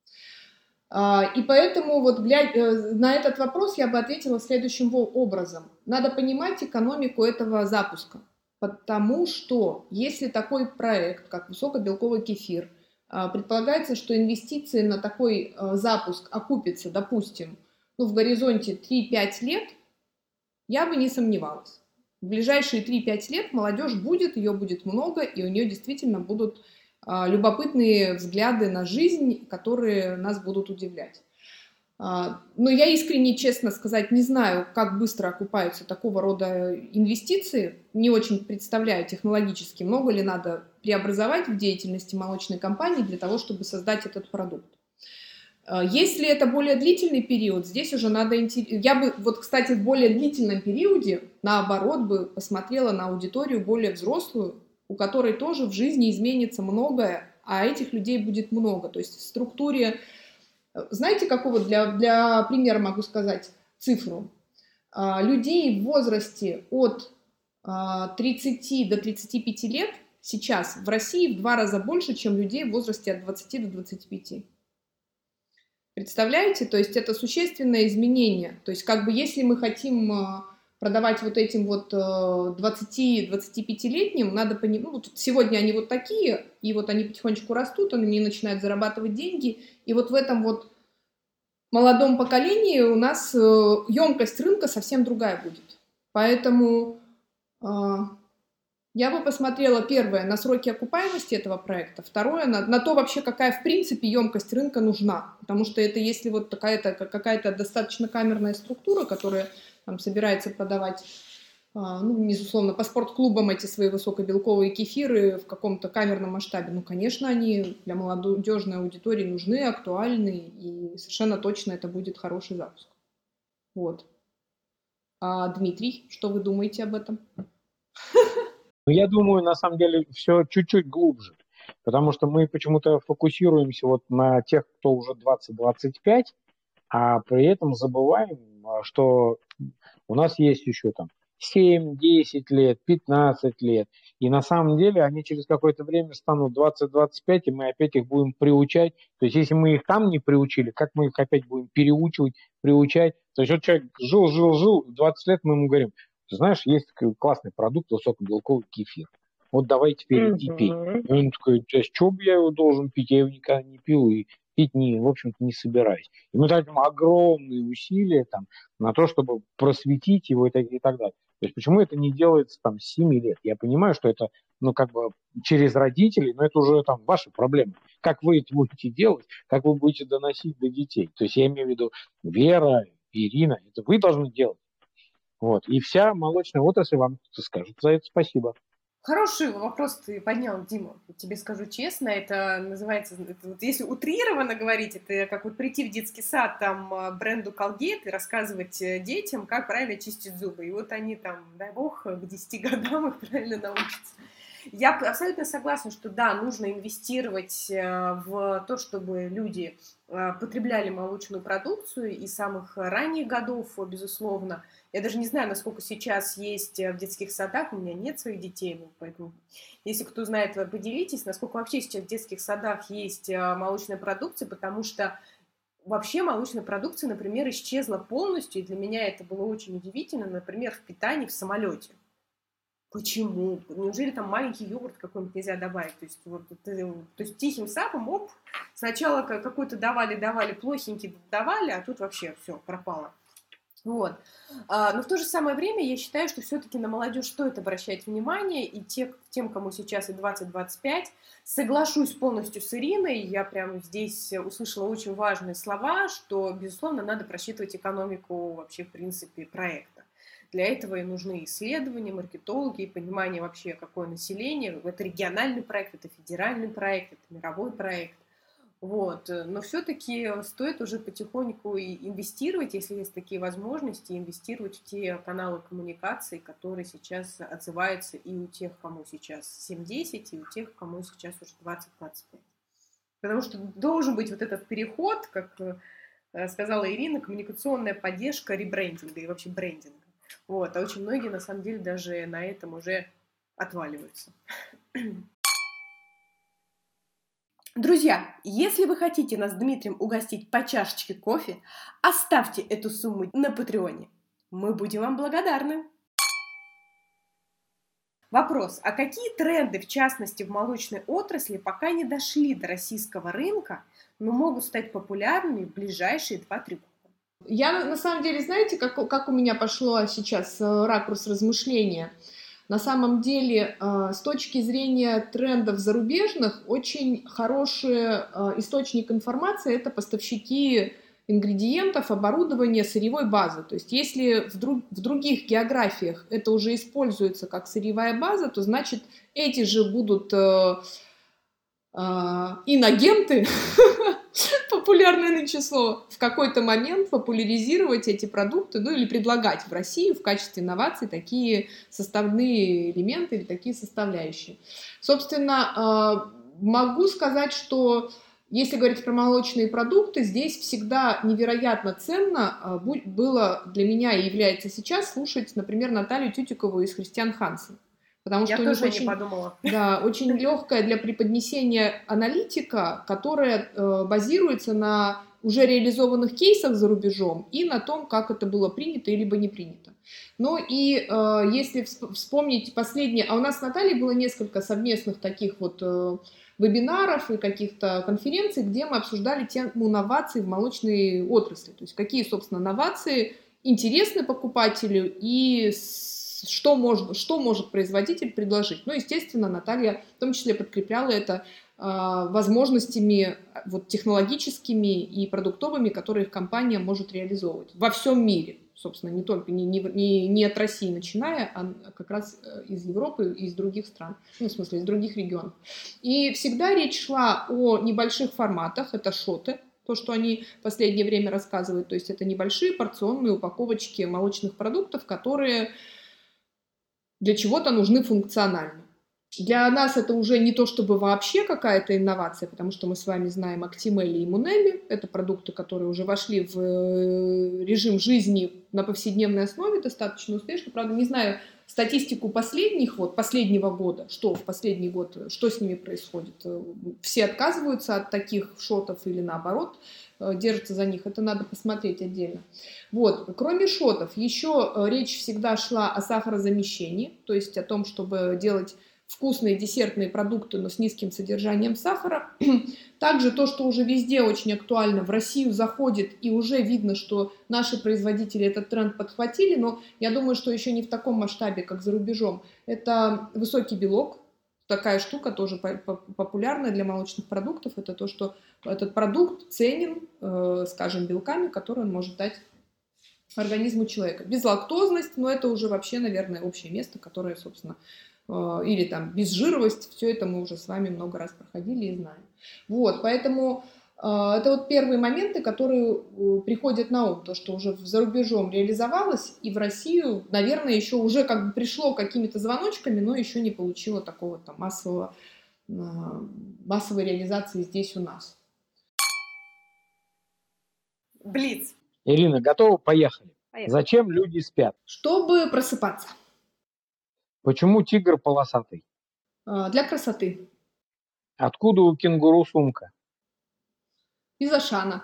И поэтому, вот глядя на этот вопрос, я бы ответила следующим образом. Надо понимать экономику этого запуска, потому что если такой проект, как высокобелковый кефир, предполагается, что инвестиции на такой запуск окупятся, допустим, в горизонте 3-5 лет, я бы не сомневалась. В ближайшие 3-5 лет молодежь будет, ее будет много, и у нее действительно будут любопытные взгляды на жизнь, которые нас будут удивлять. Но я искренне, честно сказать, не знаю, как быстро окупаются такого рода инвестиции. Не очень представляю технологически, много ли надо преобразовать в деятельности молочной компании для того, чтобы создать этот продукт. Если это более длительный период, здесь уже надо... Я бы, вот, кстати, в более длительном периоде, наоборот, бы посмотрела на аудиторию более взрослую, у которой тоже в жизни изменится многое, а этих людей будет много. То есть в структуре... Знаете, какого для примера могу сказать цифру? Людей в возрасте от 30 до 35 лет сейчас в России в 2 раза больше, чем людей в возрасте от 20 до 25. Представляете? То есть это существенное изменение. То есть как бы если мы хотим продавать вот этим вот 20-25-летним, надо понимать, ну, вот сегодня они вот такие, и вот они потихонечку растут, они начинают зарабатывать деньги, и вот в этом вот молодом поколении у нас емкость рынка совсем другая будет. Поэтому я бы посмотрела, первое, на сроки окупаемости этого проекта, второе, на то вообще, какая в принципе емкость рынка нужна. Потому что это если вот какая-то достаточно камерная структура, которая там собирается продавать, ну, безусловно, по спортклубам эти свои высокобелковые кефиры в каком-то камерном масштабе, ну, конечно, они для молодежной аудитории нужны, актуальны, и совершенно точно это будет хороший запуск. Вот. Дмитрий, что вы думаете об этом? Ну, я думаю, на самом деле, все чуть-чуть глубже, потому что мы почему-то фокусируемся вот на тех, кто уже 20-25, а при этом забываем, что у нас есть еще там 7, 10 лет, 15 лет, и на самом деле они через какое-то время станут 20-25, и мы опять их будем приучать. То есть если мы их там не приучили, как мы их опять будем переучивать, приучать? То есть вот человек жил, 20 лет мы ему говорим: ты знаешь, есть такой классный продукт, высокобелковый кефир. Вот давай теперь иди пей. И он такой: а с чего бы я его должен пить? Я его никогда не пил и пить, в общем-то, не собираюсь. И мы тратим огромные усилия там, на то, чтобы просветить его и так далее. То есть почему это не делается там с 7 лет? Я понимаю, что это, ну, как бы через родителей, но это уже там ваши проблемы. Как вы это будете делать, как вы будете доносить до детей. То есть я имею в виду Вера, Ирина, это вы должны делать. Вот. И вся молочная отрасль вам скажет за это спасибо. Хороший вопрос ты поднял, Дима. Тебе скажу честно, это называется, вот если утрированно говорить, это как вот прийти в детский сад там бренду Colgate и рассказывать детям, как правильно чистить зубы. И вот они там, дай бог, к 10 годам их правильно научатся. Я абсолютно согласна, что да, нужно инвестировать в то, чтобы люди потребляли молочную продукцию и с самых ранних годов, безусловно. Я даже не знаю, насколько сейчас есть в детских садах, у меня нет своих детей, поэтому, если кто знает, поделитесь, насколько вообще сейчас в детских садах есть молочная продукция, потому что вообще молочная продукция, например, исчезла полностью, и для меня это было очень удивительно, например, в питании в самолете. Почему? Неужели там маленький йогурт какой-нибудь нельзя добавить? То есть, вот, то есть тихим сапом, оп, сначала какой-то давали, плохенький давали, а тут вообще все пропало. Вот. Но в то же самое время я считаю, что все-таки на молодежь стоит обращать внимание, и тем, кому сейчас и 20-25, соглашусь полностью с Ириной, я прямо здесь услышала очень важные слова, что, безусловно, надо просчитывать экономику вообще, в принципе, проекта. Для этого и нужны исследования, маркетологи, и понимание вообще, какое население. Это региональный проект, это федеральный проект, это мировой проект. Вот. Но все-таки стоит уже потихоньку инвестировать, если есть такие возможности, инвестировать в те каналы коммуникации, которые сейчас отзываются и у тех, кому сейчас 7-10, и у тех, кому сейчас уже 20-25. Потому что должен быть вот этот переход, как сказала Ирина, коммуникационная поддержка ребрендинга и вообще брендинга. Вот. А очень многие, на самом деле, даже на этом уже отваливаются. Друзья, если вы хотите нас с Дмитрием угостить по чашечке кофе, оставьте эту сумму на Патреоне. Мы будем вам благодарны. Вопрос. А какие тренды, в частности в молочной отрасли, пока не дошли до российского рынка, но могут стать популярными в ближайшие 2-3 года? Я, на самом деле, знаете, как у меня пошло сейчас ракурс размышления? На самом деле, с точки зрения трендов зарубежных, очень хороший источник информации – это поставщики ингредиентов, оборудования, сырьевой базы. То есть если в других географиях это уже используется как сырьевая база, то значит эти же будут инагенты, популярное нынче слово, в какой-то момент популяризировать эти продукты, ну или предлагать в России в качестве инноваций такие составные элементы или такие составляющие. Собственно, могу сказать, что если говорить про молочные продукты, здесь всегда невероятно ценно было для меня и является сейчас слушать, например, Наталью Тютикову из Христиан Хансен. Потому что Я у них тоже очень, не подумала. да, очень легкая для преподнесения аналитика, которая базируется на уже реализованных кейсах за рубежом и на том, как это было принято или не принято. Ну и если вспомнить последние, а у нас с Натальей было несколько совместных таких вот вебинаров и каких-то конференций, где мы обсуждали тему новаций в молочной отрасли. То есть какие, собственно, новации интересны покупателю и что может производитель предложить. Ну, естественно, Наталья в том числе подкрепляла это возможностями вот, технологическими и продуктовыми, которые их компания может реализовывать во всем мире. Собственно, не только не от России начиная, а как раз из Европы и из других стран, ну, в смысле, из других регионов. И всегда речь шла о небольших форматах, это шоты, то, что они в последнее время рассказывают, то есть это небольшие порционные упаковочки молочных продуктов, которые для чего-то нужны функционально. Для нас это уже не то чтобы вообще какая-то инновация, потому что мы с вами знаем Актимель и Имунеми. Это продукты, которые уже вошли в режим жизни на повседневной основе достаточно успешно. Правда, не знаю статистику последнего года, что в последний год, что с ними происходит. Все отказываются от таких шотов или наоборот держатся за них. Это надо посмотреть отдельно. Вот. Кроме шотов, еще речь всегда шла о сахарозамещении, то есть о том, чтобы делать вкусные десертные продукты, но с низким содержанием сахара. Также то, что уже везде очень актуально, в Россию заходит, и уже видно, что наши производители этот тренд подхватили, но я думаю, что еще не в таком масштабе, как за рубежом. Это высокий белок, такая штука тоже популярная для молочных продуктов. Это то, что этот продукт ценен, скажем, белками, которые он может дать организму человека. Безлактозность, но это уже вообще, наверное, общее место, которое, собственно, или там безжировость, все это мы уже с вами много раз проходили и знаем. Вот, поэтому это вот первые моменты, которые приходят на ум, то, что уже за рубежом реализовалось, и в Россию, наверное, еще уже как бы пришло какими-то звоночками, но еще не получило такого там массовой реализации здесь у нас. Блиц. Ирина, готова? Поехали. Поехали. Зачем люди спят? Чтобы просыпаться. Почему тигр полосатый? Для красоты. Откуда у кенгуру сумка? Из Ашана.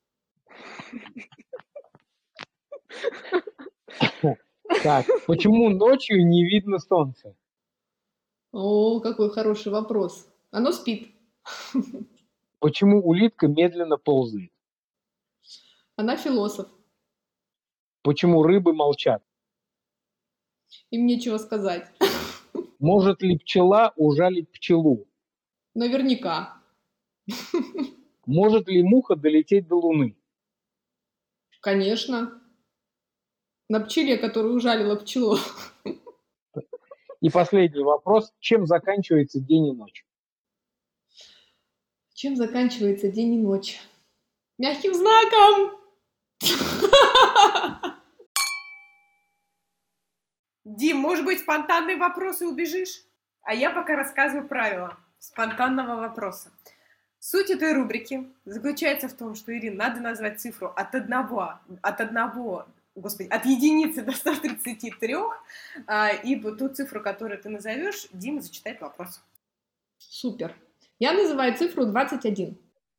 Так, почему ночью не видно солнца? О, какой хороший вопрос. Оно спит. Почему улитка медленно ползает? Она философ. Почему рыбы молчат? Им нечего сказать. Может ли пчела ужалить пчелу? Наверняка. Может ли муха долететь до Луны? Конечно. На пчеле, которая ужалила пчелу. И последний вопрос. Чем заканчивается день и ночь? Чем заканчивается день и ночь? Мягким знаком! Дим, может быть, спонтанный вопрос и убежишь? А я пока рассказываю правила спонтанного вопроса. Суть этой рубрики заключается в том, что, Ирина, надо назвать цифру от единицы до 133, и ту цифру, которую ты назовешь, Дима зачитает вопрос. Супер. Я называю цифру 21.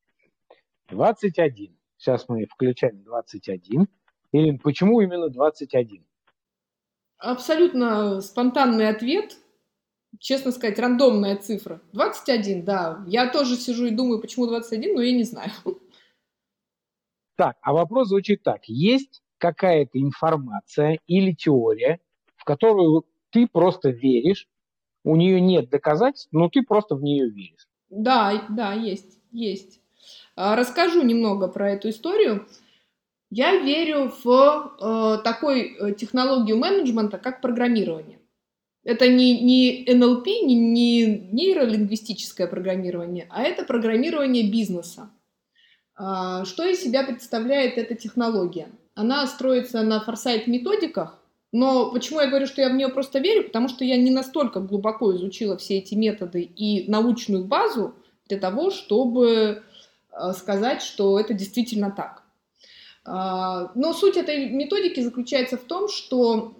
21. Сейчас мы включаем 21. Ирина, почему именно 21? Абсолютно спонтанный ответ. Честно сказать, рандомная цифра. 21, да. Я тоже сижу и думаю, почему 21, но я не знаю. Так, а вопрос звучит так. Есть какая-то информация или теория, в которую ты просто веришь, у нее нет доказательств, но ты просто в нее веришь. Да, есть. Расскажу немного про эту историю. Я верю в такой технологию менеджмента, как программирование. Это не НЛП, не нейролингвистическое программирование, а это программирование бизнеса. Что из себя представляет эта технология? Она строится на форсайт-методиках, но почему я говорю, что я в нее просто верю? Потому что я не настолько глубоко изучила все эти методы и научную базу для того, чтобы сказать, что это действительно так. Но суть этой методики заключается в том, что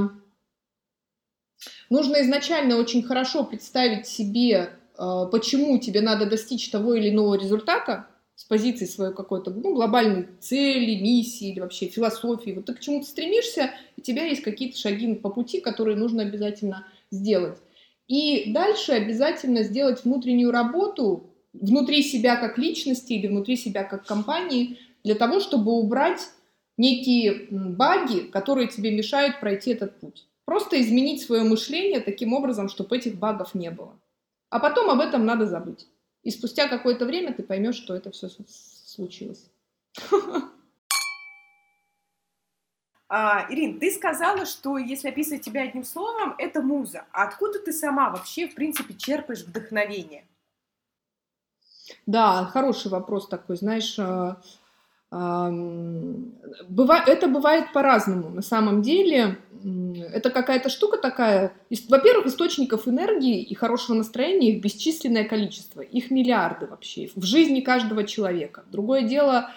нужно изначально очень хорошо представить себе, почему тебе надо достичь того или иного результата с позиции своей какой-то глобальной цели, миссии или вообще философии. Вот ты к чему-то стремишься, и у тебя есть какие-то шаги по пути, которые нужно обязательно сделать. И дальше обязательно сделать внутреннюю работу внутри себя как личности или внутри себя как компании для того, чтобы убрать некие баги, которые тебе мешают пройти этот путь. Просто изменить свое мышление таким образом, чтобы этих багов не было. А потом об этом надо забыть. И спустя какое-то время ты поймешь, что это все случилось. Ирин, ты сказала, что если описывать тебя одним словом, это муза. А откуда ты сама вообще, в принципе, черпаешь вдохновение? Да, хороший вопрос такой, знаешь. Это бывает по-разному. На самом деле, это какая-то штука такая. Во-первых, источников энергии и хорошего настроения их бесчисленное количество. Их миллиарды вообще в жизни каждого человека. Другое дело,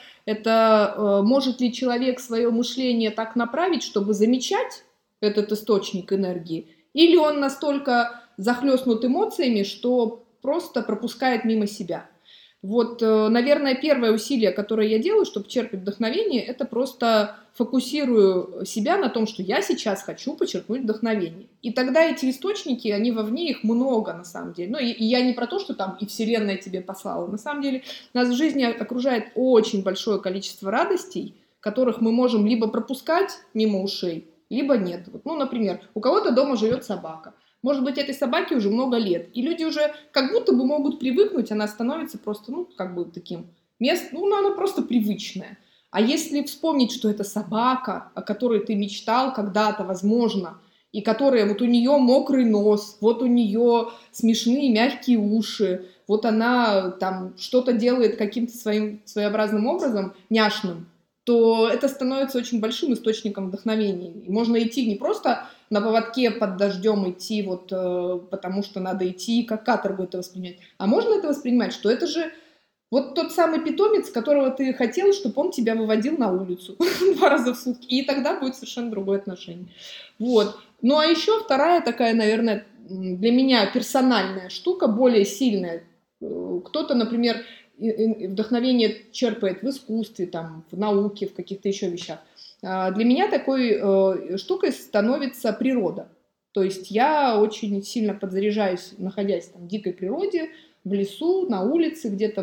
это может ли человек свое мышление так направить, чтобы замечать этот источник энергии, или он настолько захлестнут эмоциями, что просто пропускает мимо себя. Вот, наверное, первое усилие, которое я делаю, чтобы черпать вдохновение, это просто фокусирую себя на том, что я сейчас хочу почерпнуть вдохновение. И тогда эти источники, они вовне, их много на самом деле. Ну, и я не про то, что там и Вселенная тебе послала. На самом деле нас в жизни окружает очень большое количество радостей, которых мы можем либо пропускать мимо ушей, либо нет. Вот, ну, например, у кого-то дома живет собака. Может быть, этой собаке уже много лет. И люди уже как будто бы могут привыкнуть, она становится просто, таким местом, она просто привычная. А если вспомнить, что это собака, о которой ты мечтал когда-то, возможно, и которая, вот у нее мокрый нос, вот у нее смешные мягкие уши, вот она там что-то делает каким-то своим своеобразным образом, няшным, то это становится очень большим источником вдохновения. И можно идти не просто на поводке под дождем идти, потому что надо идти, как каторгу это воспринять, а можно это воспринимать, что это же вот тот самый питомец, которого ты хотел, чтобы он тебя выводил на улицу 2 раза в сутки, и тогда будет совершенно другое отношение. Вот. Ну а еще вторая такая, наверное, для меня персональная штука, более сильная. Кто-то, например, вдохновение черпает в искусстве, там, в науке, в каких-то еще вещах. Для меня такой штукой становится природа. То есть я очень сильно подзаряжаюсь, находясь там, в дикой природе, в лесу, на улице, где-то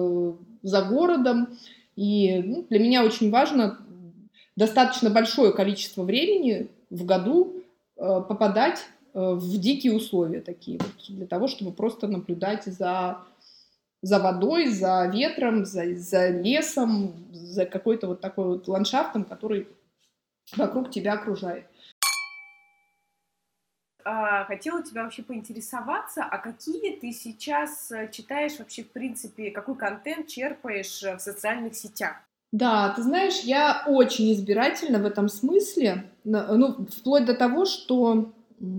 за городом. И для меня очень важно достаточно большое количество времени в году попадать в дикие условия такие, для того, чтобы просто наблюдать за водой, за ветром, за лесом, за какой-то такой ландшафтом, который вокруг тебя окружает. Хотела тебя вообще поинтересоваться, а какие ты сейчас читаешь вообще, в принципе, какой контент черпаешь в социальных сетях? Да, ты знаешь, я очень избирательна в этом смысле, вплоть до того, что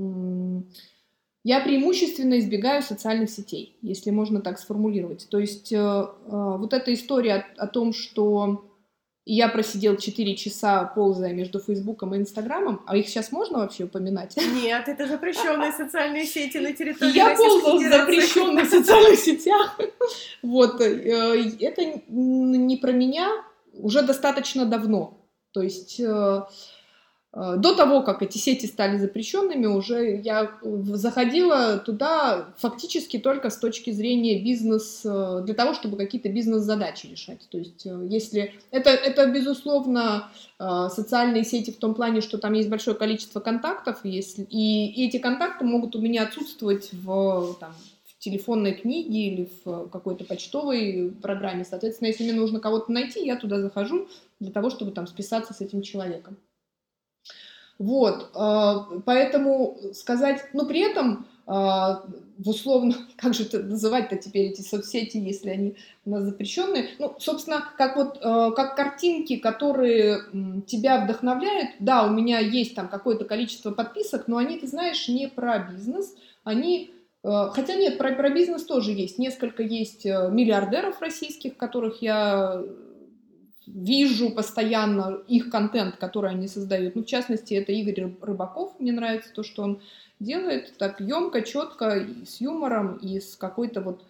я преимущественно избегаю социальных сетей, если можно так сформулировать. То есть вот эта история о том, что я просидел 4 часа, ползая между Фейсбуком и Инстаграмом, а их сейчас можно вообще упоминать? Нет, это запрещенные социальные сети на территории Я Российской ползал в Федерации. запрещенных социальных сетях. Вот, это не про меня уже достаточно давно. То есть до того, как эти сети стали запрещенными, уже я заходила туда фактически только с точки зрения бизнес, для того, чтобы какие-то бизнес-задачи решать. То есть, если это безусловно, социальные сети в том плане, что там есть большое количество контактов, и эти контакты могут у меня отсутствовать в телефонной книге или в какой-то почтовой программе. Соответственно, если мне нужно кого-то найти, я туда захожу для того, чтобы там списаться с этим человеком. Вот, поэтому сказать, но при этом условно, как же это называть-то теперь эти соцсети, если они у нас запрещенные, ну, собственно, как картинки, которые тебя вдохновляют, да, у меня есть там какое-то количество подписок, но они, ты знаешь, не про бизнес, они, хотя нет, про бизнес тоже есть, несколько есть миллиардеров российских, которых я вижу постоянно их контент, который они создают. Ну, в частности, это Игорь Рыбаков. Мне нравится то, что он делает так емко, четко, и с юмором, и с какой-то вот...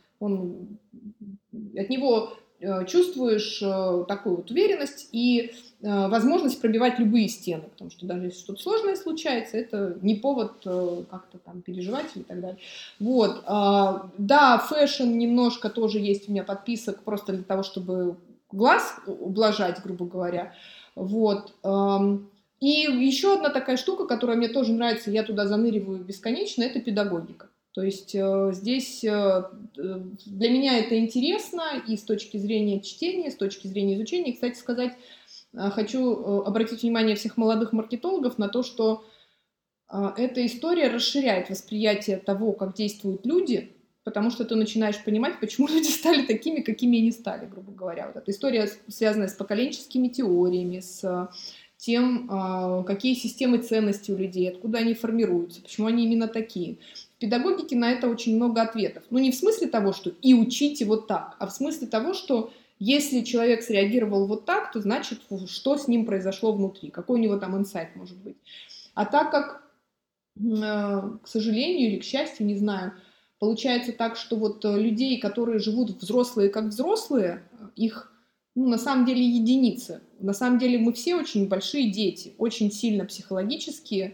От него чувствуешь такую вот уверенность и возможность пробивать любые стены, потому что даже если что-то сложное случается, это не повод как-то там переживать и так далее. Вот. Да, фэшн немножко тоже есть у меня подписок, просто для того, чтобы глаз ублажать, грубо говоря. Вот. И еще одна такая штука, которая мне тоже нравится, я туда заныриваю бесконечно, это педагогика. То есть здесь для меня это интересно и с точки зрения чтения, с точки зрения изучения. И, кстати сказать, хочу обратить внимание всех молодых маркетологов на то, что эта история расширяет восприятие того, как действуют люди, потому что ты начинаешь понимать, почему люди стали такими, какими они стали, грубо говоря. Вот эта история, связанная с поколенческими теориями, с тем, какие системы ценностей у людей, откуда они формируются, почему они именно такие. В педагогике на это очень много ответов. Ну, не в смысле того, что и учите вот так, а в смысле того, что если человек среагировал вот так, то значит, что с ним произошло внутри, какой у него там инсайт может быть. А так как, к сожалению или к счастью, не знаю, получается так, что вот людей, которые живут взрослые как взрослые, их на самом деле единицы. На самом деле мы все очень большие дети, очень сильно психологически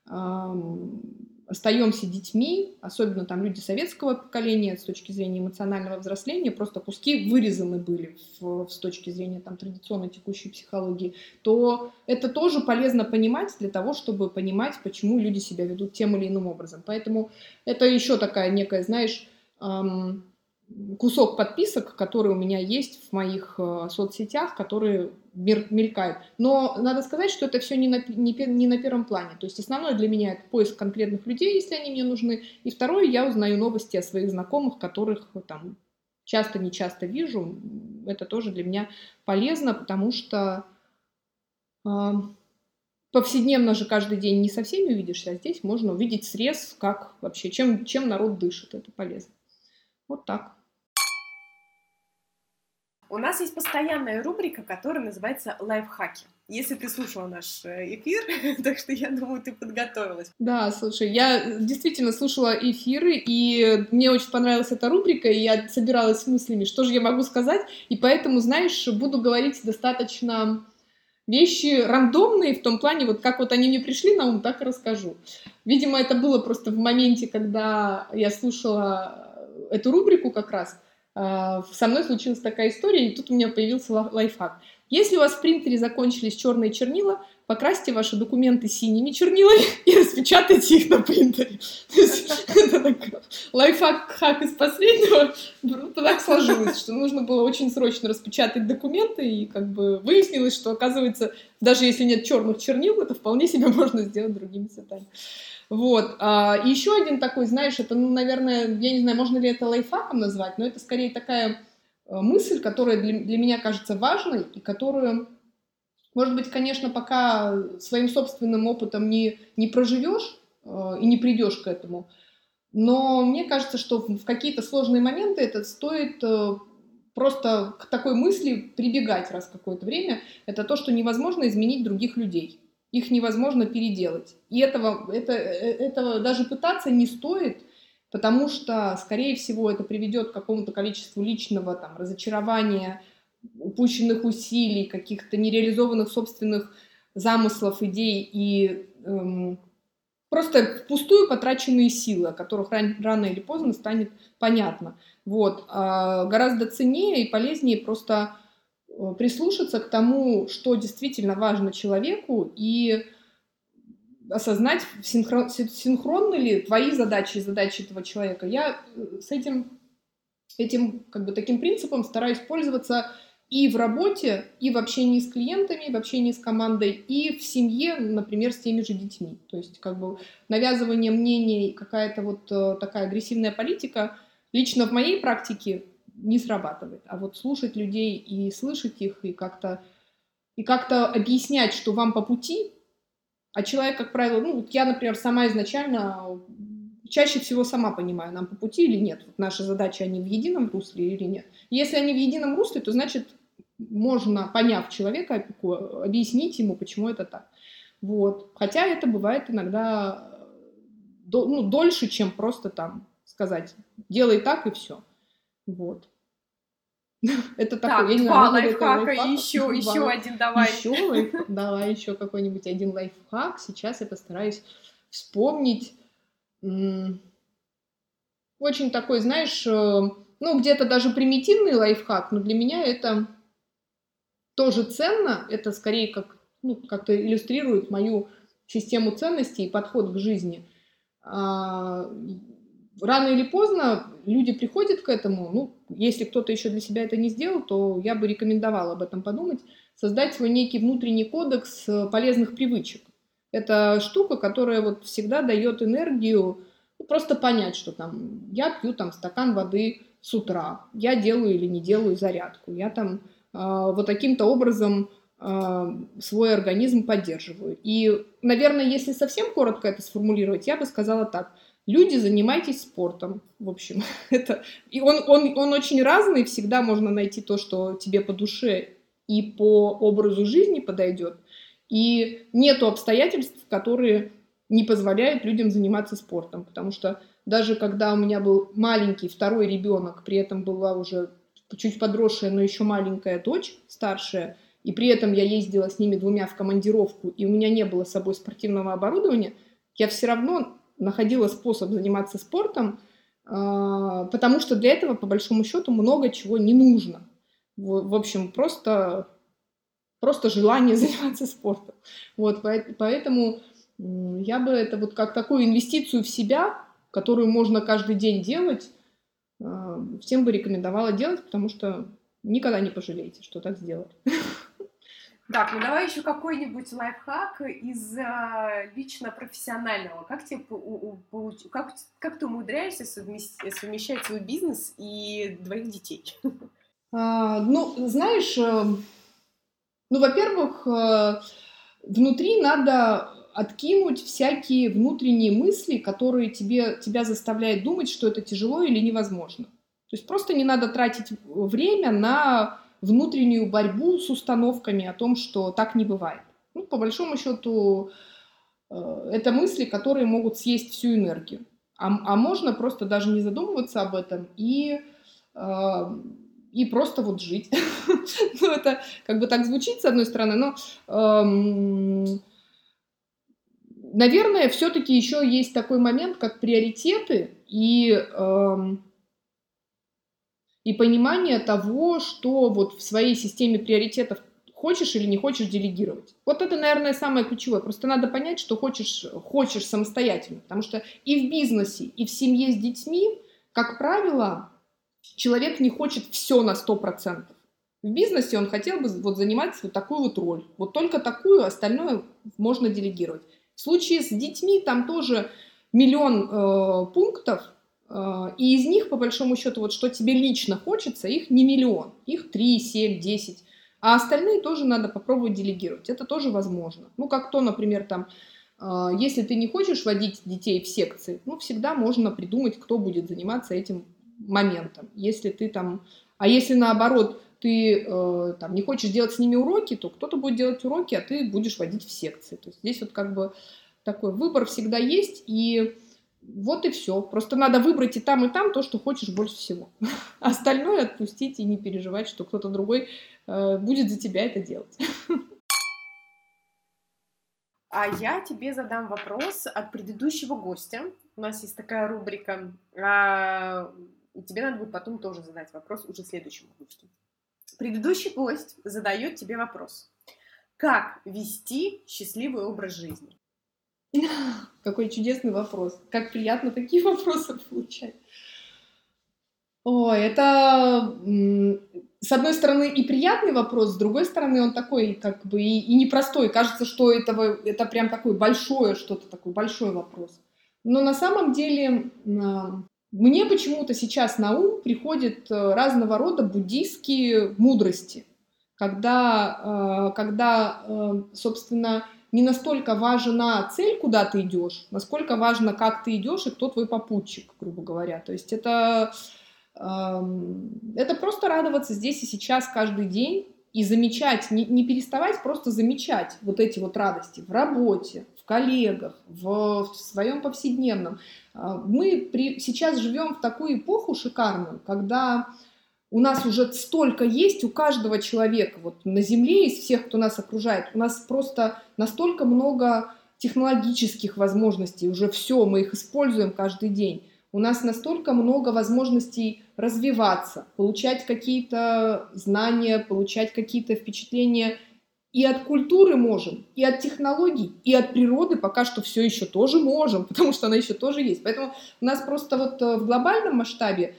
остаемся детьми, особенно там люди советского поколения с точки зрения эмоционального взросления, просто куски вырезаны были с точки зрения там традиционной текущей психологии, то это тоже полезно понимать для того, чтобы понимать, почему люди себя ведут тем или иным образом. Поэтому это еще такая некая, знаешь, кусок подписок, который у меня есть в моих соцсетях, которые мелькают. Но надо сказать, что это все не на первом плане. То есть основное для меня это поиск конкретных людей, если они мне нужны. И второе, я узнаю новости о своих знакомых, которых там часто-не часто вижу. Это тоже для меня полезно, потому что повседневно же каждый день не со всеми увидишься, а здесь можно увидеть срез, как вообще, чем народ дышит. Это полезно. Вот так. У нас есть постоянная рубрика, которая называется «Лайфхаки». Если ты слушала наш эфир, так что я думаю, ты подготовилась. Да, слушай, я действительно слушала эфиры, и мне очень понравилась эта рубрика, и я собиралась с мыслями, что же я могу сказать, и поэтому, знаешь, буду говорить достаточно вещи рандомные, в том плане, вот как вот они мне пришли на ум, так и расскажу. Видимо, это было просто в моменте, когда я слушала эту рубрику как раз, со мной случилась такая история, и тут у меня появился лайфхак. Если у вас в принтере закончились черные чернила, покрасьте ваши документы синими чернилами и распечатайте их на принтере. Это лайфхак из последнего. Так сложилось, что нужно было очень срочно распечатать документы, и как бы выяснилось, что, оказывается, даже если нет черных чернил, это вполне себе можно сделать другими цветами. Вот. И еще один такой, знаешь, это, ну, наверное, я не знаю, можно ли это лайфхаком назвать, но это скорее такая мысль, которая для меня кажется важной, и которую, может быть, конечно, пока своим собственным опытом не проживешь и не придешь к этому, но мне кажется, что в какие-то сложные моменты это стоит просто к такой мысли прибегать раз в какое-то время. Это то, что невозможно изменить других людей. Их невозможно переделать. И этого даже пытаться не стоит, потому что, скорее всего, это приведет к какому-то количеству личного там, разочарования, упущенных усилий, каких-то нереализованных собственных замыслов, идей и просто впустую потраченные силы, о которых рано или поздно станет понятно. Вот. А гораздо ценнее и полезнее просто прислушаться к тому, что действительно важно человеку, и осознать, синхронны ли твои задачи и задачи этого человека. Я с этим как бы таким принципом стараюсь пользоваться и в работе, и в общении с клиентами, в общении с командой, и в семье, например, с теми же детьми. То есть как бы навязывание мнений, какая-то вот такая агрессивная политика лично в моей практике не срабатывает. А вот слушать людей и слышать их, и как-то объяснять, что вам по пути, а человек, как правило, ну, вот я, например, сама изначально чаще всего сама понимаю, нам по пути или нет. Вот наши задачи, они в едином русле или нет. Если они в едином русле, то значит, можно, поняв человека, объяснить ему, почему это так. Вот. Хотя это бывает иногда дольше, чем просто там сказать, делай так и все. Вот. Это Так, такой, два лайфхака, еще один давай. Давай еще какой-нибудь один лайфхак. Сейчас я постараюсь вспомнить. Очень такой, знаешь, ну, где-то даже примитивный лайфхак, но для меня это тоже ценно. Это скорее как-то иллюстрирует мою систему ценностей и подход к жизни. Рано или поздно люди приходят к этому. Ну, если кто-то еще для себя это не сделал, то я бы рекомендовала об этом подумать. Создать свой некий внутренний кодекс полезных привычек. Это штука, которая вот всегда дает энергию, просто понять, что там я пью там стакан воды с утра, я делаю или не делаю зарядку, я там вот таким-то образом свой организм поддерживаю. И, наверное, если совсем коротко это сформулировать, я бы сказала так. Люди, занимайтесь спортом, в общем. И он очень разный, всегда можно найти то, что тебе по душе и по образу жизни подойдет. И нету обстоятельств, которые не позволяют людям заниматься спортом. Потому что даже когда у меня был маленький второй ребенок, при этом была уже чуть подросшая, но еще маленькая дочь, старшая, и при этом я ездила с ними двумя в командировку, и у меня не было с собой спортивного оборудования, я все равно находила способ заниматься спортом, потому что для этого, по большому счету, много чего не нужно. В общем, просто желание заниматься спортом. Вот, поэтому я бы это вот как такую инвестицию в себя, которую можно каждый день делать, всем бы рекомендовала делать, потому что никогда не пожалеете, что так сделали. Так, ну давай еще какой-нибудь лайфхак из лично профессионального. Как ты умудряешься совмещать свой бизнес и двоих детей? Ну, знаешь, во-первых, внутри надо откинуть всякие внутренние мысли, которые тебя заставляют думать, что это тяжело или невозможно. То есть просто не надо тратить время на внутреннюю борьбу с установками о том, что так не бывает. Ну, по большому счету, это мысли, которые могут съесть всю энергию. А можно просто даже не задумываться об этом и просто вот жить. Ну, это как бы так звучит, с одной стороны, но, наверное, все-таки еще есть такой момент, как приоритеты и понимание того, что вот в своей системе приоритетов хочешь или не хочешь делегировать. Вот это, наверное, самое ключевое. Просто надо понять, что хочешь самостоятельно. Потому что и в бизнесе, и в семье с детьми, как правило, человек не хочет все на 100%. В бизнесе он хотел бы вот занимать вот такую вот роль. Вот только такую, остальное можно делегировать. В случае с детьми там тоже миллион пунктов, и из них, по большому счету, вот что тебе лично хочется, их не миллион, их 3, 7, 10. А остальные тоже надо попробовать делегировать. Это тоже возможно. Ну, как то, например, там, если ты не хочешь водить детей в секции, ну, всегда можно придумать, кто будет заниматься этим моментом. Если ты там... А если наоборот, ты там, не хочешь делать с ними уроки, то кто-то будет делать уроки, а ты будешь водить в секции. То есть здесь вот как бы такой выбор всегда есть, и вот и все. Просто надо выбрать и там то, что хочешь больше всего. Остальное отпустить и не переживать, что кто-то другой будет за тебя это делать. А я тебе задам вопрос от предыдущего гостя. У нас есть такая рубрика. И тебе надо будет потом тоже задать вопрос уже следующему гостю. Предыдущий гость задает тебе вопрос. Как вести счастливый образ жизни? Какой чудесный вопрос. Как приятно такие вопросы получать. Ой, это, с одной стороны, и приятный вопрос, с другой стороны, он такой, как бы, и непростой. Кажется, что это прям такое большое что-то, такой большой вопрос. Но на самом деле мне почему-то сейчас на ум приходят разного рода буддийские мудрости, когда, собственно, не настолько важна цель, куда ты идешь, насколько важно, как ты идешь и кто твой попутчик, грубо говоря. То есть это просто радоваться здесь и сейчас каждый день и замечать, не переставать, просто замечать вот эти вот радости в работе, в коллегах, в своем повседневном. Мы сейчас живем в такую эпоху шикарную, когда у нас уже столько есть у каждого человека вот на Земле, из всех, кто нас окружает, у нас просто настолько много технологических возможностей, уже все, мы их используем каждый день. У нас настолько много возможностей развиваться, получать какие-то знания, получать какие-то впечатления. И от культуры можем, и от технологий, и от природы пока что все еще тоже можем, потому что она еще тоже есть. Поэтому у нас просто вот в глобальном масштабе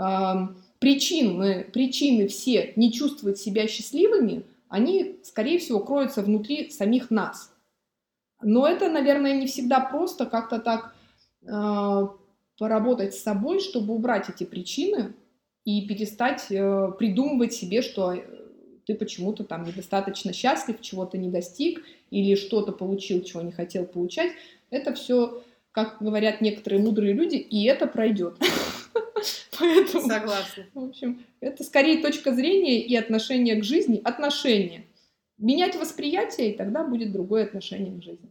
причины все не чувствовать себя счастливыми, они, скорее всего, кроются внутри самих нас. Но это, наверное, не всегда просто как-то так поработать с собой, чтобы убрать эти причины и перестать придумывать себе, что ты почему-то там недостаточно счастлив, чего-то не достиг или что-то получил, чего не хотел получать. Это все, как говорят некоторые мудрые люди, и это пройдет. Поэтому, согласна. В общем, это скорее точка зрения и отношение к жизни. Отношение. Менять восприятие, и тогда будет другое отношение к жизни.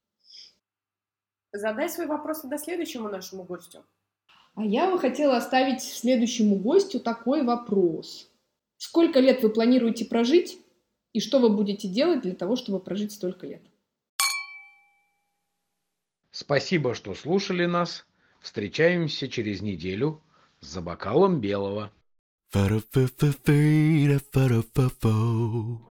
Задай свой вопрос тогда следующему нашему гостю. А я бы хотела оставить следующему гостю такой вопрос. Сколько лет вы планируете прожить, и что вы будете делать для того, чтобы прожить столько лет? Спасибо, что слушали нас. Встречаемся через неделю за бокалом белого.